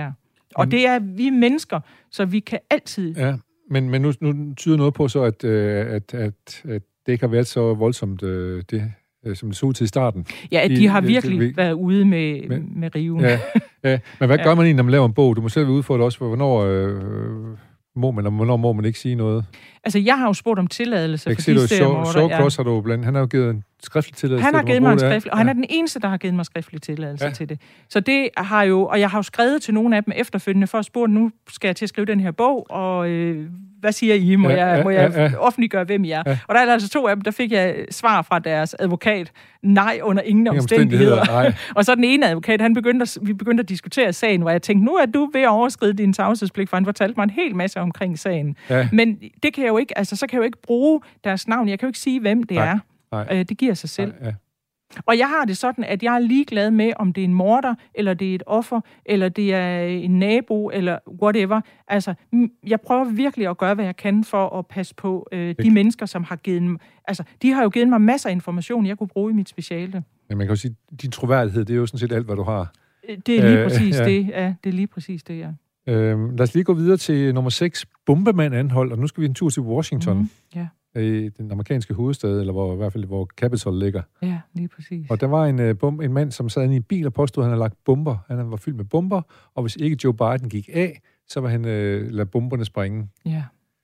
Og det er vi mennesker, så vi kan altid... Ja, men, men nu, nu tyder noget på så, at, at, at, at det ikke har været så voldsomt, det, som det så ud til i starten. Ja, at de I, har virkelig det, været ude med, med, med riven. Ja, ja, men hvad ja. gør man egentlig, når man laver en bog? Du må selv være ude for det også, for hvornår... Øh, må man, og hvornår må man ikke sige noget? Altså, jeg har jo spurgt om tilladelse for de steder. Så Cross har du blandt. Han har jo givet en skriftlig tilladelse. Han har til, givet mig en skriftlig, og ja. han er den eneste, der har givet mig skriftlig tilladelse ja. til det. Så det har jo, og jeg har jo skrevet til nogle af dem efterfølgende for at spørge, nu skal jeg til at skrive den her bog, og øh, hvad siger I? Må ja, jeg, må jeg ja, ja. offentliggøre, hvem I er? Ja. Og der er altså to af dem, der fik jeg svar fra deres advokat. Nej, under ingen omstændigheder. omstændigheder. Og så den ene advokat, han begyndte at, vi begyndte at diskutere sagen, hvor jeg tænkte, nu er du ved at overskride din tavshedspligt, for han fortalte mig en hel masse omkring sagen. Ja. Men det kan jeg jo ikke, altså så kan jeg jo ikke bruge deres navn. Jeg kan jo ikke sige, hvem det Nej. er. Nej. Øh, det giver sig selv. Nej, ja. Og jeg har det sådan, at jeg er ligeglad med, om det er en morder, eller det er et offer, eller det er en nabo, eller whatever. Altså, jeg prøver virkelig at gøre, hvad jeg kan for at passe på øh, de mennesker, som har givet mig... Altså, de har jo givet mig masser af information, jeg kunne bruge i mit speciale. Men man kan jo sige, at din troværdighed, det er jo sådan set alt, hvad du har. Det er lige præcis øh, ja. det, ja. Det er lige præcis det, ja. Øh, lad os lige gå videre til nummer seks, bombemand anholdt, og nu skal vi en tur til Washington. Mm, ja. I den amerikanske hovedstad, eller hvor, i hvert fald hvor Capitol ligger. Ja, lige præcis. Og der var en, uh, bom, en mand, som sad inde i en bil og påstod, at han havde lagt bomber. Han var fyldt med bomber, og hvis ikke Joe Biden gik af, så var han uh, lade bomberne springe. Ja.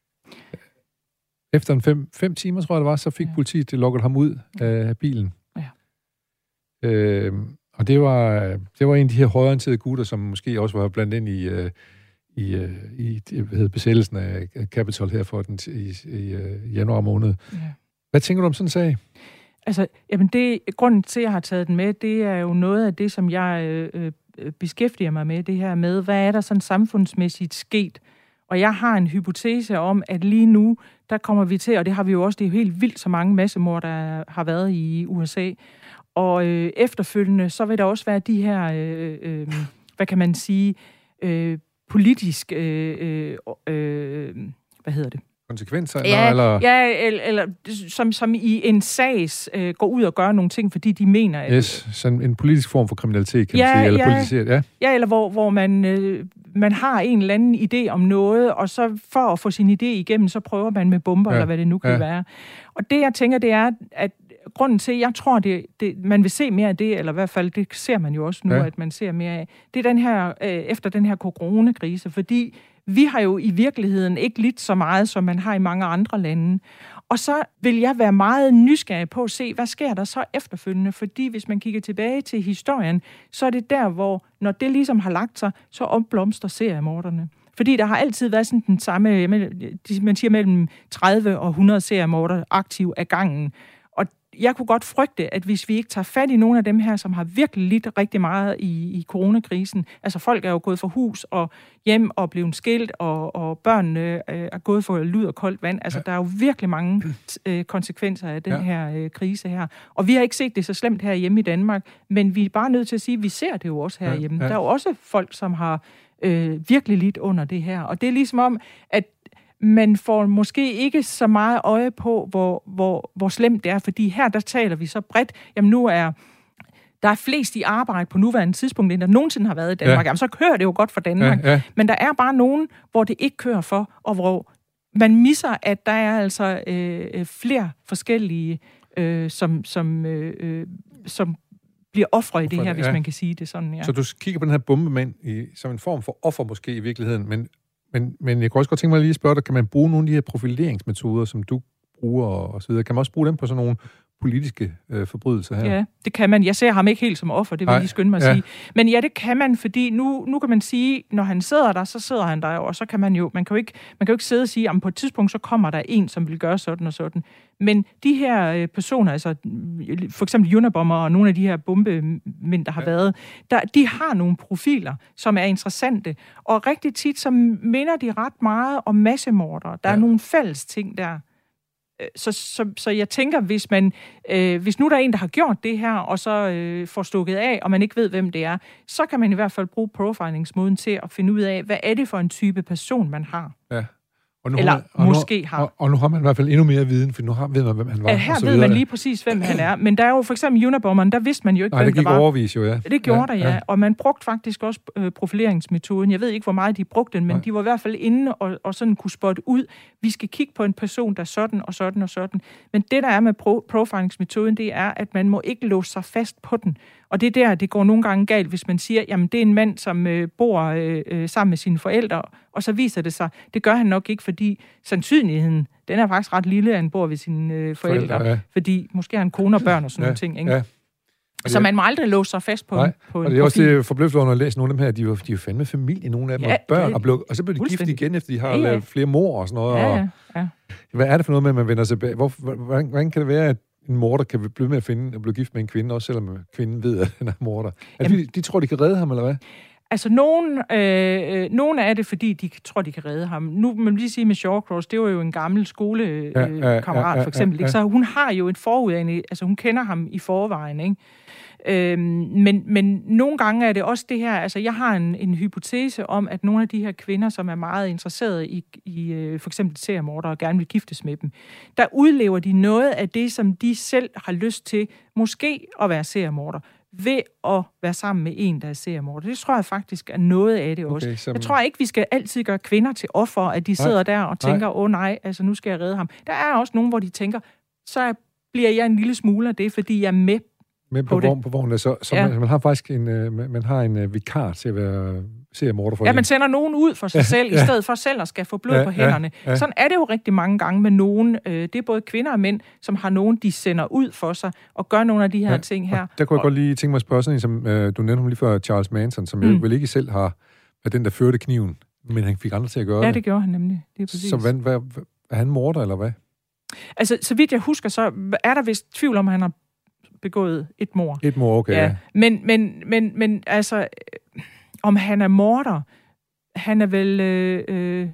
Efter en fem, fem timer, tror jeg det var, så fik ja. politiet lukket ham ud af bilen. Ja. Øh, og det var, det var en af de her højreorienterede gutter, som måske også var blandt ind i... Uh, i, uh, i hvad hedder, besættelsen af Capitol her for den i, i uh, januar måned. Ja. Hvad tænker du om sådan en sag? Altså, jamen det, grunden til, at jeg har taget den med, det er jo noget af det, som jeg øh, beskæftiger mig med, det her med, hvad er der sådan samfundsmæssigt sket? Og jeg har en hypotese om, at lige nu, der kommer vi til, og det har vi jo også, det er jo helt vildt så mange massemord, der har været i U S A. Og øh, efterfølgende, så vil der også være de her, øh, øh, hvad kan man sige, øh, politisk, øh, øh, hvad hedder det? Konsekvenser? Ja, eller, ja eller, eller som, som i en sags øh, går ud og gør nogle ting, fordi de mener... At, yes, sådan en politisk form for kriminalitet, kan ja, man sige, eller ja, politiseret, ja. Ja, eller hvor, hvor man, øh, man har en eller anden idé om noget, og så for at få sin idé igennem, så prøver man med bomber, ja, eller hvad det nu kan ja. være. Og det, jeg tænker, det er, at grunden til, jeg tror, det, det, man vil se mere af det, eller i hvert fald, det ser man jo også nu, ja. at man ser mere af, det er den her, øh, efter den her coronakrise, fordi vi har jo i virkeligheden ikke lidt så meget, som man har i mange andre lande. Og så vil jeg være meget nysgerrig på at se, hvad sker der så efterfølgende, fordi hvis man kigger tilbage til historien, så er det der, hvor når det ligesom har lagt sig, så opblomster seriemorderne. Fordi der har altid været sådan den samme, man siger mellem tredive og hundrede seriemorder aktiv af gangen. Og jeg kunne godt frygte, at hvis vi ikke tager fat i nogle af dem her, som har virkelig lidt rigtig meget i, i coronakrisen, altså folk er jo gået fra hus og hjem og blevet skilt, og, og børnene øh, er gået for lud og koldt vand. Altså ja. der er jo virkelig mange øh, konsekvenser af den ja. her øh, krise her. Og vi har ikke set det så slemt her hjemme i Danmark, men vi er bare nødt til at sige, at vi ser det jo også herhjemme. Ja. Ja. Der er jo også folk, som har øh, virkelig lidt under det her. Og det er ligesom om, at man får måske ikke så meget øje på, hvor, hvor, hvor slemt det er, fordi her, der taler vi så bredt. Jamen nu er der er flest i arbejde på nuværende tidspunkt, end der nogensinde har været i Danmark. Ja. Jamen så kører det jo godt for Danmark. Ja, ja. Men der er bare nogen, hvor det ikke kører for, og hvor man misser, at der er altså øh, flere forskellige, øh, som, som, øh, som bliver ofre i det her, hvis ja. man kan sige det sådan. Ja. Så du kigger på den her bombemand i, som en form for offer måske i virkeligheden, men Men, men jeg kunne også godt tænke mig lige at spørge dig, kan man bruge nogle af de her profileringsmetoder, som du bruger og så videre? Kan man også bruge dem på sådan nogle politiske øh, forbrydelser her? Ja, det kan man. Jeg ser ham ikke helt som offer, det vil jeg lige skynde mig at ja. sige. Men ja, det kan man, fordi nu, nu kan man sige, når han sidder der, så sidder han der jo, og så kan man jo, man kan jo ikke, man kan jo ikke sidde og sige, at på et tidspunkt, så kommer der en, som vil gøre sådan og sådan. Men de her øh, personer, altså for eksempel Unabomber og nogle af de her bombemænd, der har ja. været, der, de har nogle profiler, som er interessante. Og rigtig tit, så minder de ret meget om massemordere. Der ja. er nogle fælles ting der. Så, så, så jeg tænker, hvis man, øh, hvis nu der er en, der har gjort det her, og så øh, får stukket af, og man ikke ved, hvem det er, så kan man i hvert fald bruge profilingsmåden til at finde ud af, hvad er det for en type person, man har. Ja, Og nu Eller har man, og måske nu, har. Og, og nu har man i hvert fald endnu mere viden, for nu har, ved man, hvem han var. Ja, her ved man lige præcis, hvem han er. Men der er jo for eksempel Unabomberen, der vidste man jo ikke, Nej, hvem det gik der var. overvis jo, ja. Det gjorde ja, der, ja. ja. Og man brugte faktisk også øh, profileringsmetoden. Jeg ved ikke, hvor meget de brugte den, men Nej. de var i hvert fald inde og, og sådan kunne spotte ud. Vi skal kigge på en person, der er sådan og sådan og sådan. Men det, der er med pro- profilingsmetoden, det er, at man må ikke låse sig fast på den. Og det er der, det går nogle gange galt, hvis man siger, jamen det er en mand, som øh, bor øh, øh, sammen med sine forældre, og så viser det sig, det gør han nok ikke, fordi sandsynligheden, den er faktisk ret lille, at han bor ved sine øh, forældre, forældre ja. fordi måske har han kone og børn og sådan ja, nogle ting, ikke? Ja. Så man må aldrig låse sig fast på, Nej, en, på en og det er også det forbløffende, når jeg læser nogle af dem her, de er jo, de er jo fandme familie, nogle af dem, ja, og børn, og, blev, og så blev de gift igen, efter de har ja, ja. lavet flere mor og sådan noget. Ja, ja, ja. Og, hvad er det for noget med, at man vender tilbage? Hvor, hvordan, hvordan kan det være, at en morder kan blive med at finde og blive gift med en kvinde, også selvom kvinden ved, at den er morder? Altså, de, de tror, de kan redde ham, eller hvad? Altså, nogen, øh, nogen er det, fordi de tror, de kan redde ham. Nu må man lige sige med Shawcross, det var jo en gammel skolekammerat, øh, ja, ja, ja, ja, for eksempel. Ja, ja. Så hun har jo et forudagende, altså hun kender ham i forvejen, ikke? Øhm, men, men nogle gange er det også det her, altså jeg har en, en hypotese om, at nogle af de her kvinder, som er meget interesserede i, i øh, for eksempel seriemordere og gerne vil giftes med dem, der udlever de noget af det, som de selv har lyst til, måske at være seriemorder, ved at være sammen med en, der er seriemorder. Det tror jeg faktisk er noget af det også. Okay, som... Jeg tror ikke, vi skal altid gøre kvinder til offer, at de sidder nej, der og tænker, åh oh, nej, altså nu skal jeg redde ham. Der er også nogen, hvor de tænker, så bliver jeg en lille smule af det, fordi jeg er med med på, på vogn, på vognen, så, så ja. man, man har faktisk en, man har en vikar til at være seriemorder for. Ja, man sender nogen ud for sig ja, selv, ja. i stedet for selv at skal få blod ja, på hænderne. Ja, ja. Sådan er det jo rigtig mange gange med nogen. Det er både kvinder og mænd, som har nogen, de sender ud for sig og gør nogle af de her ja, ting her. Der kunne jeg og... godt lige tænke mig at spørge sådan en, som øh, du nævnte ham lige før, Charles Manson, som mm. jo vel ikke selv har været den, der førte kniven, men han fik andre til at gøre ja, det. Ja, det gjorde han nemlig. Det er præcis. Så hvad, hvad, er han morder, eller hvad? Altså, så vidt jeg husker, så er der vist tvivl om, at han har begået et mord. Et mord, okay. Ja. Men, men, men, men altså, om han er morder, han er vel, øh, øh,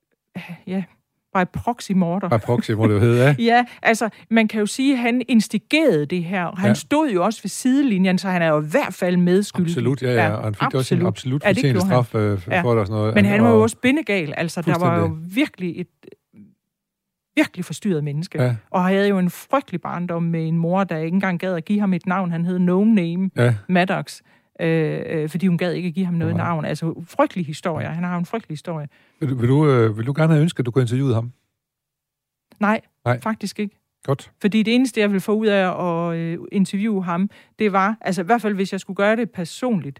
ja, by proxy-morder. By proxy, må det jo hedde, ja. Ja, altså, man kan jo sige, at han instigerede det her. Han ja. stod jo også ved sidelinjen, så han er jo i hvert fald medskyldig. Absolut, ja, ja. Og han fik absolut. også en absolut fortjent straf øh, for ja. det og sådan noget. Men han var jo også bindegal. Altså, der var jo virkelig et virkelig forstyrret menneske. Ja. Og havde jo en frygtelig barndom med en mor, der ikke engang gad at give ham et navn. Han hed No Name ja. Maddox. Øh, fordi hun gad ikke at give ham noget ja. navn. Altså, frygtelig historie. Han har en frygtelig historie. Vil du, vil du, øh, vil du gerne have ønsket, at du kunne interviewe ham? Nej, Nej, faktisk ikke. Godt. Fordi det eneste, jeg ville få ud af at øh, interviewe ham, det var, altså i hvert fald, hvis jeg skulle gøre det personligt,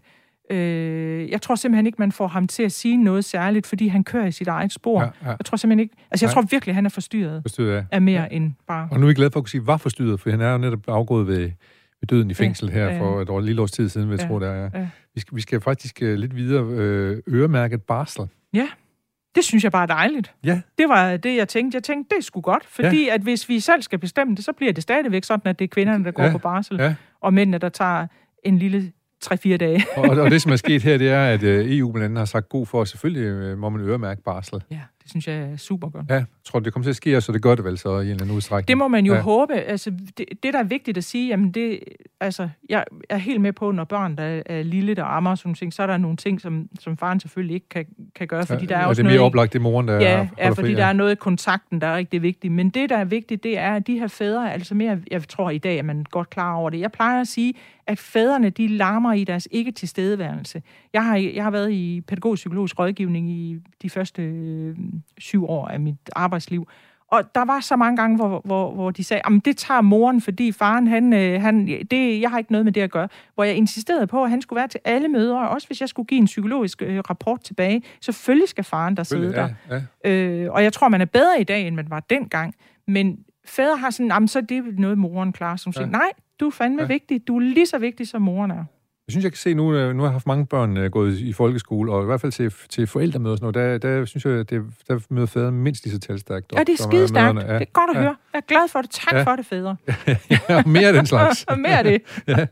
øh, jeg tror simpelthen ikke, man får ham til at sige noget særligt, fordi han kører i sit eget spor. Ja, ja. Jeg tror simpelthen ikke, altså jeg Nej. tror virkelig, han er forstyrret. Forstyrret, ja. Af mere ja. end bare... Og nu er vi glade for at kunne sige, var forstyrret, for han er jo netop afgået ved... ved døden i fængsel her ja, for et år, lille års tid siden, vil jeg ja, tro, det er. Ja. Vi, skal, vi skal faktisk uh, lidt videre øh, øremærket barsel. Ja, det synes jeg bare er dejligt. Ja. Det var det, jeg tænkte. Jeg tænkte, det er sgu godt, fordi ja. at hvis vi selv skal bestemme det, så bliver det stadigvæk sådan, at det er kvinderne, der går ja. på barsel, ja. og mændene, der tager en lille tre-fire dage. og, og det, som er sket her, det er, at E U blandt andet har sagt god for, at selvfølgelig må man øremærke barsel. Ja, det synes jeg er super godt. Ja, jeg tror, det kommer til at ske, så det gør det vel så i en eller anden udstrækning. Det må man jo ja. håbe. Altså, det, det, der er vigtigt at sige, jamen det, altså, jeg er helt med på, når børn, der er lille, der ammer og sådan ting, så er der nogle ting, som, som faren selvfølgelig ikke kan, kan gøre, fordi ja, der er også det er mere noget... oplagt, det er moren, der ja, er ja, fordi fri, ja. der er noget i kontakten, der er rigtig vigtigt. Men det, der er vigtigt, det er, at de her fædre, altså mere, jeg tror i dag, at man er godt klar over det. Jeg plejer at sige, at fædrene, de larmer i deres ikke-tilstedeværelse. Jeg har, jeg har været i pædagogisk-psykologisk rådgivning i de første øh, syv år af mit arbejdsliv. Og der var så mange gange, hvor, hvor, hvor de sagde, at det tager moren, fordi faren, han, han, det, jeg har ikke noget med det at gøre. Hvor jeg insisterede på, at han skulle være til alle møder, og også hvis jeg skulle give en psykologisk øh, rapport tilbage. Selvfølgelig skal faren der sidde der. Ja, ja. Øh, og jeg tror, man er bedre i dag, end man var dengang. Men fædre har sådan, jamen så er det noget, moren klarer. Som ja. siger, nej, du er fandme ja. vigtig. Du er lige så vigtig, som moren er. Jeg synes, jeg kan se nu, nu har jeg haft mange børn uh, gået i folkeskole, og i hvert fald til, til forældremøder og sådan noget, der, der synes jeg, at det, der møder fædre mindst lige så talstærkt. Ja, det er skidestærkt. Ja. Det er godt at ja. høre. Jeg er glad for det. Tak ja. for det, fædre. ja, mere af den slags. og mere af det. ja.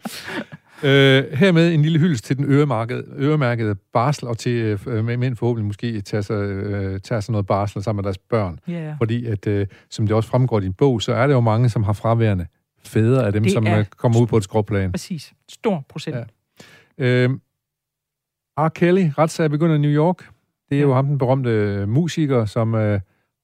Uh, hermed en lille hyldest til den øremærkede, øremærkede barsel, og til uh, mænd forhåbentlig måske tager sig, uh, tager sig noget barsel sammen med deres børn. Yeah. Fordi, at, uh, som det også fremgår i din bog, så er det jo mange, som har fraværende fædre af dem, det som er... kommer ud på et skråplan. Præcis. Stor procent. Ja. Uh, R. Kelly, retssag begynder i New York. Det er ja. jo ham, den berømte musiker, som uh,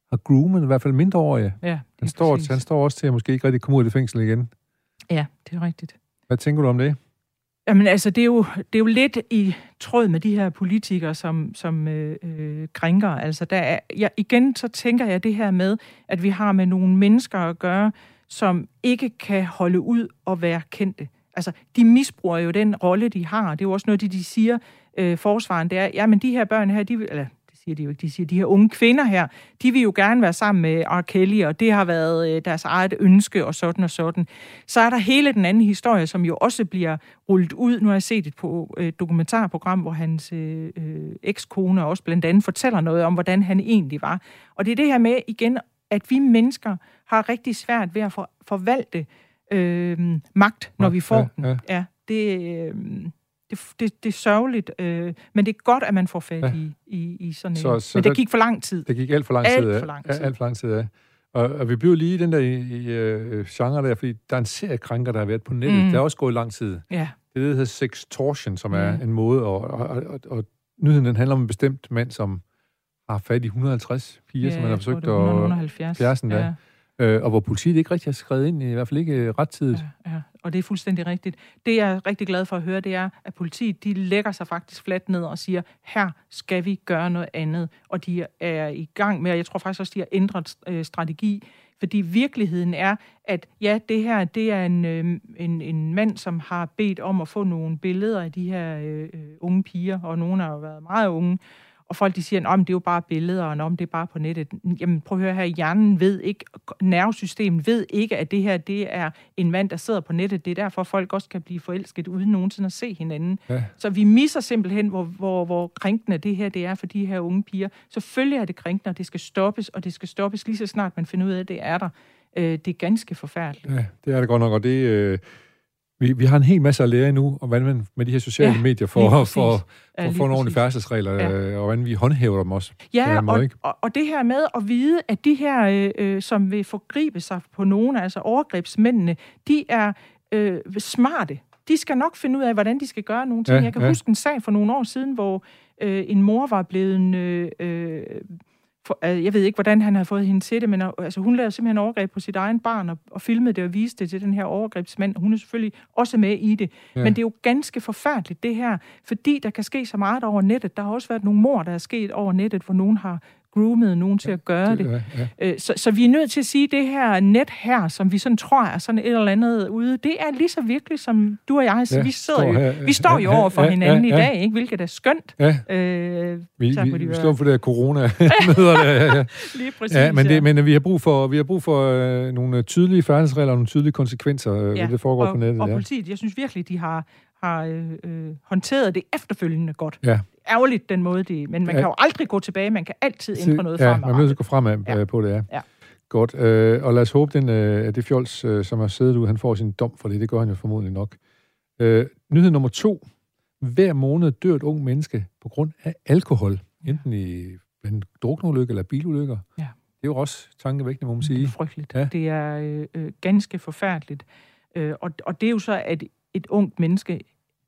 har groomet i hvert fald mindreårige. Ja, han står, han står også til at måske ikke rigtig komme ud af det fængsel igen. Ja, det er rigtigt. Hvad tænker du om det? Jamen altså, det er jo, det er jo lidt i tråd med de her politikere, som, som øh, øh, krænker. Altså, der er, ja, igen så tænker jeg det her med, at vi har med nogle mennesker at gøre, som ikke kan holde ud og være kendte. Altså, de misbruger jo den rolle, de har. Det er jo også noget, de, de siger, øh, forsvaren, det er, ja, men de her børn her, de vil, eller det siger de jo ikke, de siger, de her unge kvinder her, de vil jo gerne være sammen med R. Kelly, og det har været øh, deres eget ønske, og sådan og sådan. Så er der hele den anden historie, som jo også bliver rullet ud. Nu har jeg set et på, øh, dokumentarprogram, hvor hans øh, øh, ekskone også blandt andet fortæller noget om, hvordan han egentlig var. Og det er det her med, igen, at vi mennesker har rigtig svært ved at for, forvalte øh, magt, når vi får ja, den. Ja. Ja, det, øh, det, det, det er sørgeligt, øh, men det er godt, at man får fat ja. i, i, i sådan en. Så, så men det gik for lang tid. Det gik alt for lang tid. Alt for lang tid. Ja, alt for lang tid, ja. Og, og vi bliver lige i den der i, i, uh, genre der, fordi der er en serie krænker, der har været på nettet. Mm. Der er også gået lang tid. Ja. Det er det, der hedder sextortion, som er mm. en måde, og, og, og, og nyheden den handler om en bestemt mand, som har fat i et hundrede og halvtreds piger, ja, som man har forsøgt at... et hundrede og halvfjerds Ja. Øh, og hvor politiet ikke rigtig har skrevet ind, i hvert fald ikke rettidigt. Ja, ja, og det er fuldstændig rigtigt. Det, jeg er rigtig glad for at høre, det er, at politiet, de lægger sig faktisk fladt ned og siger, her skal vi gøre noget andet. Og de er i gang med, og jeg tror faktisk også, de har ændret øh, strategi, fordi virkeligheden er, at ja, det her, det er en, øh, en, en mand, som har bedt om at få nogle billeder af de her øh, unge piger, og nogle har jo været meget unge. Og folk de siger, at det er jo bare billeder, og om det er bare på nettet. Jamen prøv at høre her, hjernen ved ikke, nervesystemet ved ikke, at det her det er en mand, der sidder på nettet. Det er derfor, folk også kan blive forelsket uden nogensinde at se hinanden. Ja. Så vi misser simpelthen, hvor, hvor, hvor krænkende det her det er for de her unge piger. Selvfølgelig er det krænkende, og det skal stoppes, og det skal stoppes lige så snart man finder ud af, at det er der. Det er ganske forfærdeligt. Ja, det er det godt nok, og det... Øh Vi, vi har en hel masse at lære nu, og hvordan man med de her sociale ja, medier får for, for, for ja, få nogle ordentlige færdselsregler, ja. Og hvordan vi håndhæver dem også. Ja, måde, og, og, og det her med at vide, at de her, øh, som vil forgribe sig på nogen, altså overgrebsmændene, de er øh, smarte. De skal nok finde ud af, hvordan de skal gøre nogle ting. Ja, Jeg kan ja. huske en sag for nogle år siden, hvor øh, en mor var blevet... Øh, For, jeg ved ikke, hvordan han havde fået hende til det, men altså, hun lavede simpelthen overgreb på sit egen barn, og, og filmede det og viste det til den her overgrebsmand. Hun er selvfølgelig også med i det. Ja. Men det er jo ganske forfærdeligt, det her, fordi der kan ske så meget over nettet. Der har også været nogle mord, der er sket over nettet, hvor nogen har groomet nogen til at gøre det. Ja, ja. Så, så vi er nødt til at sige, at det her net her, som vi sådan tror er sådan et eller andet ude, det er lige så virkelig, som du og jeg. Så ja, vi, sidder jo, her, vi står jo over for ja, hinanden ja, ja. i dag, ikke? Hvilket er skønt. Ja. Øh, vi vi, vi, vi står for det her corona-møder. Ja, ja. Lige præcis. Ja, men, det, ja. men vi har brug for, vi har brug for øh, nogle tydelige færdselsregler og nogle tydelige konsekvenser, ja. ved det foregår og, på nettet. Og ja. politiet, jeg synes virkelig, de har, har øh, håndteret det efterfølgende godt. Ja. Ærgerligt den måde, de, men man ja. kan jo aldrig gå tilbage, man kan altid ændre noget ja, fremad. man er nødt til at gå fremad ja. på det, ja. ja. Godt, øh, og lad os håbe, den, øh, det fjols, øh, som har siddet ud, han får sin dom for det, det gør han jo formodentlig nok. Øh, nyhed nummer to. Hver måned dør et ung menneske på grund af alkohol, enten i en drukneulykke eller bilulykker. Ja. Det er jo også tankevækkende, må man sige. Det er frygteligt. Ja. Det er øh, ganske forfærdeligt. Øh, og, og det er jo så, at et ungt menneske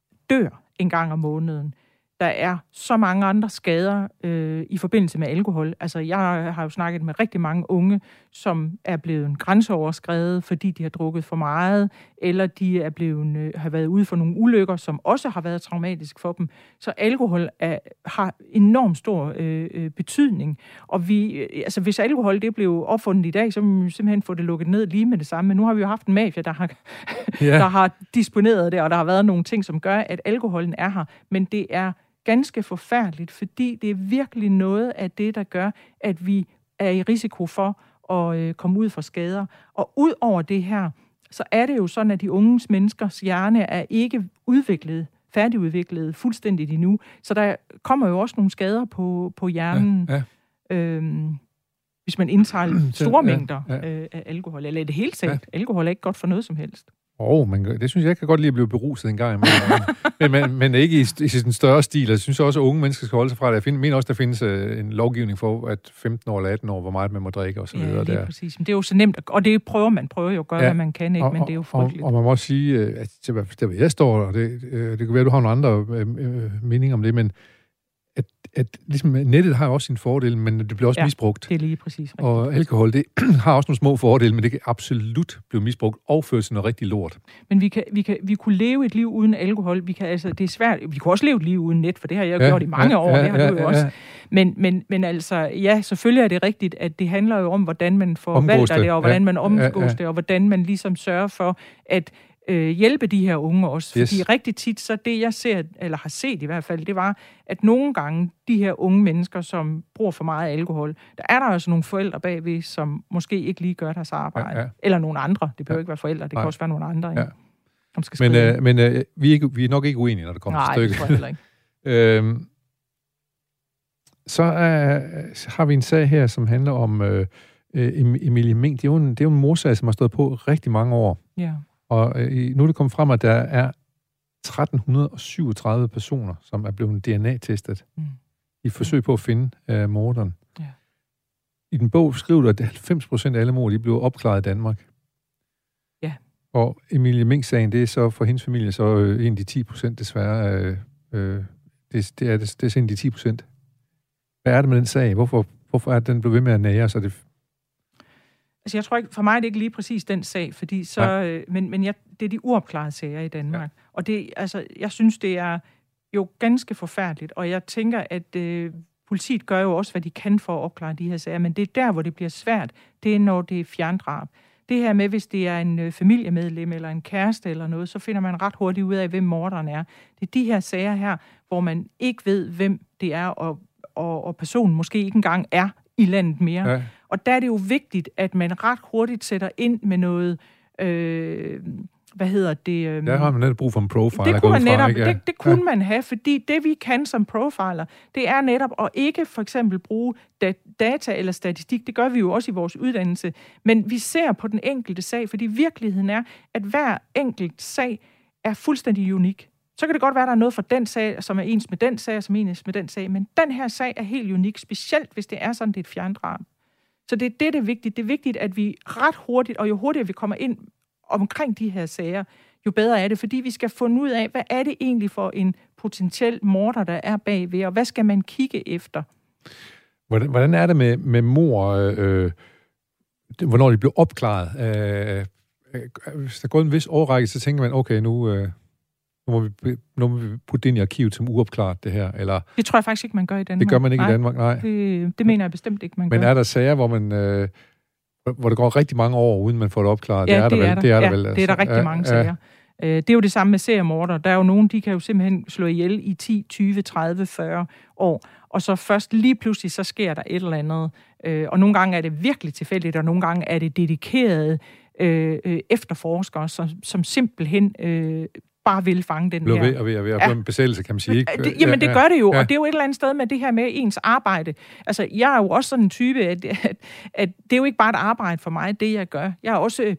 dør en gang om måneden. Der er så mange andre skader øh, i forbindelse med alkohol. Altså, jeg har jo snakket med rigtig mange unge, som er blevet grænseoverskredet, fordi de har drukket for meget, eller de er blevet, øh, har været ude for nogle ulykker, som også har været traumatisk for dem. Så alkohol er, har enormt stor øh, betydning. Og vi, altså, hvis alkohol det blev opfundet i dag, så må vi simpelthen få det lukket ned lige med det samme. Men nu har vi jo haft en mafia, der har, yeah. der har disponeret det, og der har været nogle ting, som gør, at alkoholen er her. Men det er ganske forfærdeligt, fordi det er virkelig noget af det, der gør, at vi er i risiko for at øh, komme ud for skader. Og ud over det her, så er det jo sådan, at de unges menneskers hjerne er ikke udviklet, færdigudviklet fuldstændigt endnu. Så der kommer jo også nogle skader på, på hjernen, ja, ja. Øhm, hvis man indtager store ja, mængder ja. Øh, af alkohol. Eller i det hele taget. Ja. Alkohol er ikke godt for noget som helst. Åh, oh, men det synes jeg, jeg kan godt lide at blive beruset en gang. men, men, men ikke i, i sådan større stil. Jeg synes også, at unge mennesker skal holde sig fra det. Jeg mener også, der findes uh, en lovgivning for, at femten år eller atten år, hvor meget man må drikke og så videre. Ja, det er der. præcis. Men det er jo så nemt, og det prøver man prøver jo at gøre, ja. hvad man kan, ikke? Men det er jo frygteligt. Og, og man må også sige, at der hvor jeg står, og det, det kan være, at du har nogle andre øh, meninger om det, men at, at ligesom nettet har også sin fordele, men det bliver også ja, misbrugt. det er lige præcis rigtigt. Og alkohol, det har også nogle små fordele, men det kan absolut blive misbrugt og føre til noget rigtig lort. Men vi kan, vi kan vi kunne leve et liv uden alkohol. Vi kan altså det er svært. Vi kunne også leve et liv uden net, for det har jeg ja, gjort i mange ja, år. Ja, det har ja, du jo ja, også. Ja. Men men men altså ja, selvfølgelig er det rigtigt, at det handler jo om hvordan man forvalter det, og hvordan ja, man omgås ja, ja. det, og hvordan man ligesom sørger for at øh, hjælpe de her unge også. Yes. Fordi rigtig tit, så det jeg ser, eller har set i hvert fald, det var, at nogle gange, de her unge mennesker, som bruger for meget alkohol, der er der altså nogle forældre bagved, som måske ikke lige gør deres arbejde. Ja, ja. Eller nogle andre. Det behøver ja. ikke være forældre, det Nej. kan også være nogle andre, ja. som skal men, øh, men øh, vi, er ikke, vi er nok ikke uenige, når det kommer Nej, til stykket. Nej, det tror jeg ikke. øhm, så øh, har vi en sag her, som handler om øh, Emilie Meng. Det er jo en, det er jo en morsag, som har stået på rigtig mange år. Ja. Og øh, nu er det kommet frem, at der er tretten syvogtredive personer, som er blevet D N A-testet mm. i forsøg på at finde øh, morderen. Ja. I den bog skriver du, at halvfems procent af alle mord, de blev opklaret i Danmark. Ja. Og Emilie Meng-sagen, det er så for hendes familie så øh, en af de ti procent desværre. Øh, øh, det, det, er, det, det er så en af de ti procent. Hvad er det med den sag? Hvorfor, hvorfor er den blevet ved med at nære? Så det Altså, jeg tror ikke, for mig er det ikke lige præcis den sag, fordi så, øh, men, men jeg, det er de uopklarede sager i Danmark. Ja. Og det, altså, jeg synes, det er jo ganske forfærdeligt, og jeg tænker, at øh, politiet gør jo også, hvad de kan for at opklare de her sager, men det er der, hvor det bliver svært, det er, når det er fjerndrab. Det her med, hvis det er en øh, familiemedlem eller en kæreste eller noget, så finder man ret hurtigt ud af, hvem morderen er. Det er de her sager her, hvor man ikke ved, hvem det er, og, og, og personen måske ikke engang er i landet mere. Ja. Og der er det jo vigtigt, at man ret hurtigt sætter ind med noget, øh, hvad hedder det? Øh, der har man netop brug for en profiler. Det kunne, man, netop, fra, det, det kunne ja. man have, fordi det vi kan som profiler, det er netop at ikke for eksempel bruge da- data eller statistik, det gør vi jo også i vores uddannelse, men vi ser på den enkelte sag, fordi virkeligheden er, at hver enkelt sag er fuldstændig unik. Så kan det godt være, at der er noget fra den sag, som er ens med den sag, som er ens med den sag, men den her sag er helt unik, specielt hvis det er sådan, det er et fjerndrab. Så det er det, det er vigtigt. Det er vigtigt, at vi ret hurtigt, og jo hurtigere vi kommer ind omkring de her sager, jo bedre er det, fordi vi skal finde ud af, hvad er det egentlig for en potentiel morder, der er bagved, og hvad skal man kigge efter? Hvordan, hvordan er det med, med mord, øh, hvornår de blev opklaret? Øh, hvis der går en vis årrække, så tænker man, okay, nu... Øh Nu må, vi, nu må vi putte det ind i arkivet som uopklaret, det her, eller... Det tror jeg faktisk ikke, man gør i Danmark. Det gør man ikke nej, i Danmark, nej. Det, det mener jeg bestemt ikke, man Men gør. Men er der sager, hvor man... Øh, hvor det går rigtig mange år, uden man får det opklaret? Ja, det er der, det er vel. der. Det er der, ja, vel, altså. Det er der rigtig mange sager. Ja. Det er jo det samme med seriemorder. Der er jo nogen, de kan jo simpelthen slå ihjel i ti, tyve, tredive, fyrre år, og så først lige pludselig, så sker der et eller andet. Og nogle gange er det virkelig tilfældigt, og nogle gange er det dedikerede øh, efterforskere, som, som simpelthen... Øh, bare vil fange den Blev her. ved og ved og ved. Ja. En besættelse, kan man sige. Ikke? Det, jamen, det gør det jo, ja. Og det er jo et eller andet sted med det her med ens arbejde. Altså, jeg er jo også sådan en type, at, at, at det er jo ikke bare et arbejde for mig, det jeg gør. Jeg er også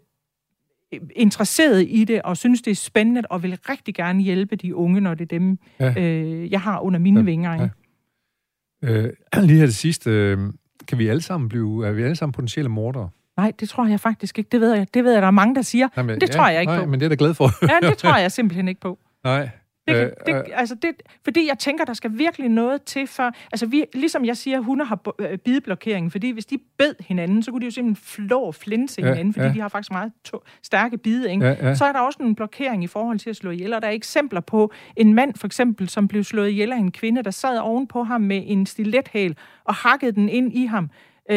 interesseret i det, og synes, det er spændende, og vil rigtig gerne hjælpe de unge, når det er dem, ja. øh, jeg har under mine ja. vinger. Ja. Øh, lige her det sidste. Øh, kan vi alle sammen blive, er vi alle sammen potentielle mordere? Nej, det tror jeg faktisk ikke. Det ved jeg, det ved jeg der er mange, der siger. Nej, men, det ja, tror jeg ikke nej, på. Men det er jeg da glad for. Ja, det tror jeg simpelthen ikke på. Nej. Det, kan, det, øh, altså det, fordi jeg tænker, der skal virkelig noget til for... Altså, vi, ligesom jeg siger, hunde har bideblokering, fordi hvis de bed hinanden, så kunne de jo simpelthen flå og flinse ja, hinanden, fordi ja. de har faktisk meget to, stærke bide, ikke? Ja, ja. Så er der også en blokering i forhold til at slå ihjel, og der er eksempler på en mand, for eksempel, som blev slået ihjel af en kvinde, der sad ovenpå ham med en stilethæl og hakkede den ind i ham.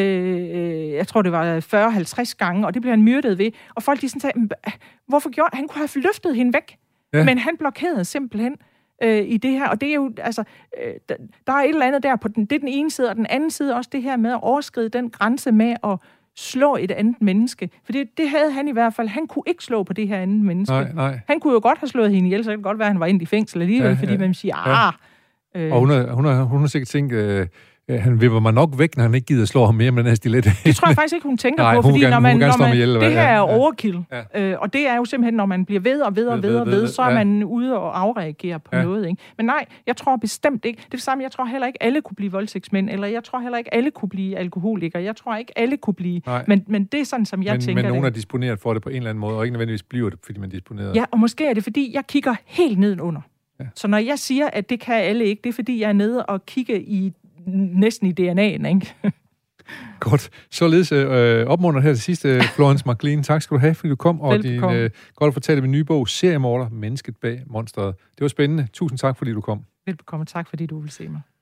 Øh, jeg tror, det var fyrre til halvtreds gange, og det blev han myrdet ved. Og folk de sådan sagde, hvorfor gjorde han? Han kunne have løftet hende væk. Ja. Men han blokerede simpelthen øh, i det her. Og det er jo, altså, øh, der, der er et eller andet der på den, det er den ene side, og den anden side også det her med at overskride den grænse med at slå et andet menneske. For det, det havde han i hvert fald. Han kunne ikke slå på det her andet menneske. Nej, nej. Han kunne jo godt have slået hende ihjel, så det kan godt være, at han var inde i fængsel alligevel, ja, fordi ja, man siger, ah... Ja. Øh. Og hun har, hun, har, hun har sikkert tænkt... Øh han vipper mig nok væk, når han ikke gider slå ham mere med den her stilet. Det tror jeg faktisk ikke, hun tænker Nej, på, fordi gerne, når man, når man ihjel, det her ja, er overkill, ja. øh, og det er jo simpelthen, når man bliver ved og ved og ved, ved og ved, ved så er ja. man ude og afreagere på ja. noget. Ikke? Men nej, jeg tror bestemt ikke. Det er det samme, jeg tror heller ikke, alle kunne blive voldtægtsmænd, eller jeg tror heller ikke, alle kunne blive alkoholikere. Jeg tror ikke, alle kunne blive... Men, men det er sådan, som jeg men, tænker Men nogen det. er disponeret for det på en eller anden måde, og ikke nødvendigvis bliver det, fordi man er disponeret. Ja, og måske er det, fordi jeg kigger helt nedenunder. Ja. Så når jeg siger, at det kan alle ikke, det er fordi, jeg er nede og kigger i næsten i D N A'en, ikke? Godt. Således øh, opmuntret her til sidst, øh, Florence McLean. Tak skal du have, fordi du kom, og din, øh, godt at fortælle min nye bog, Seriemorder, Mennesket bag monsteret. Det var spændende. Tusind tak, fordi du kom. Velbekomme. Tak, fordi du vil se mig.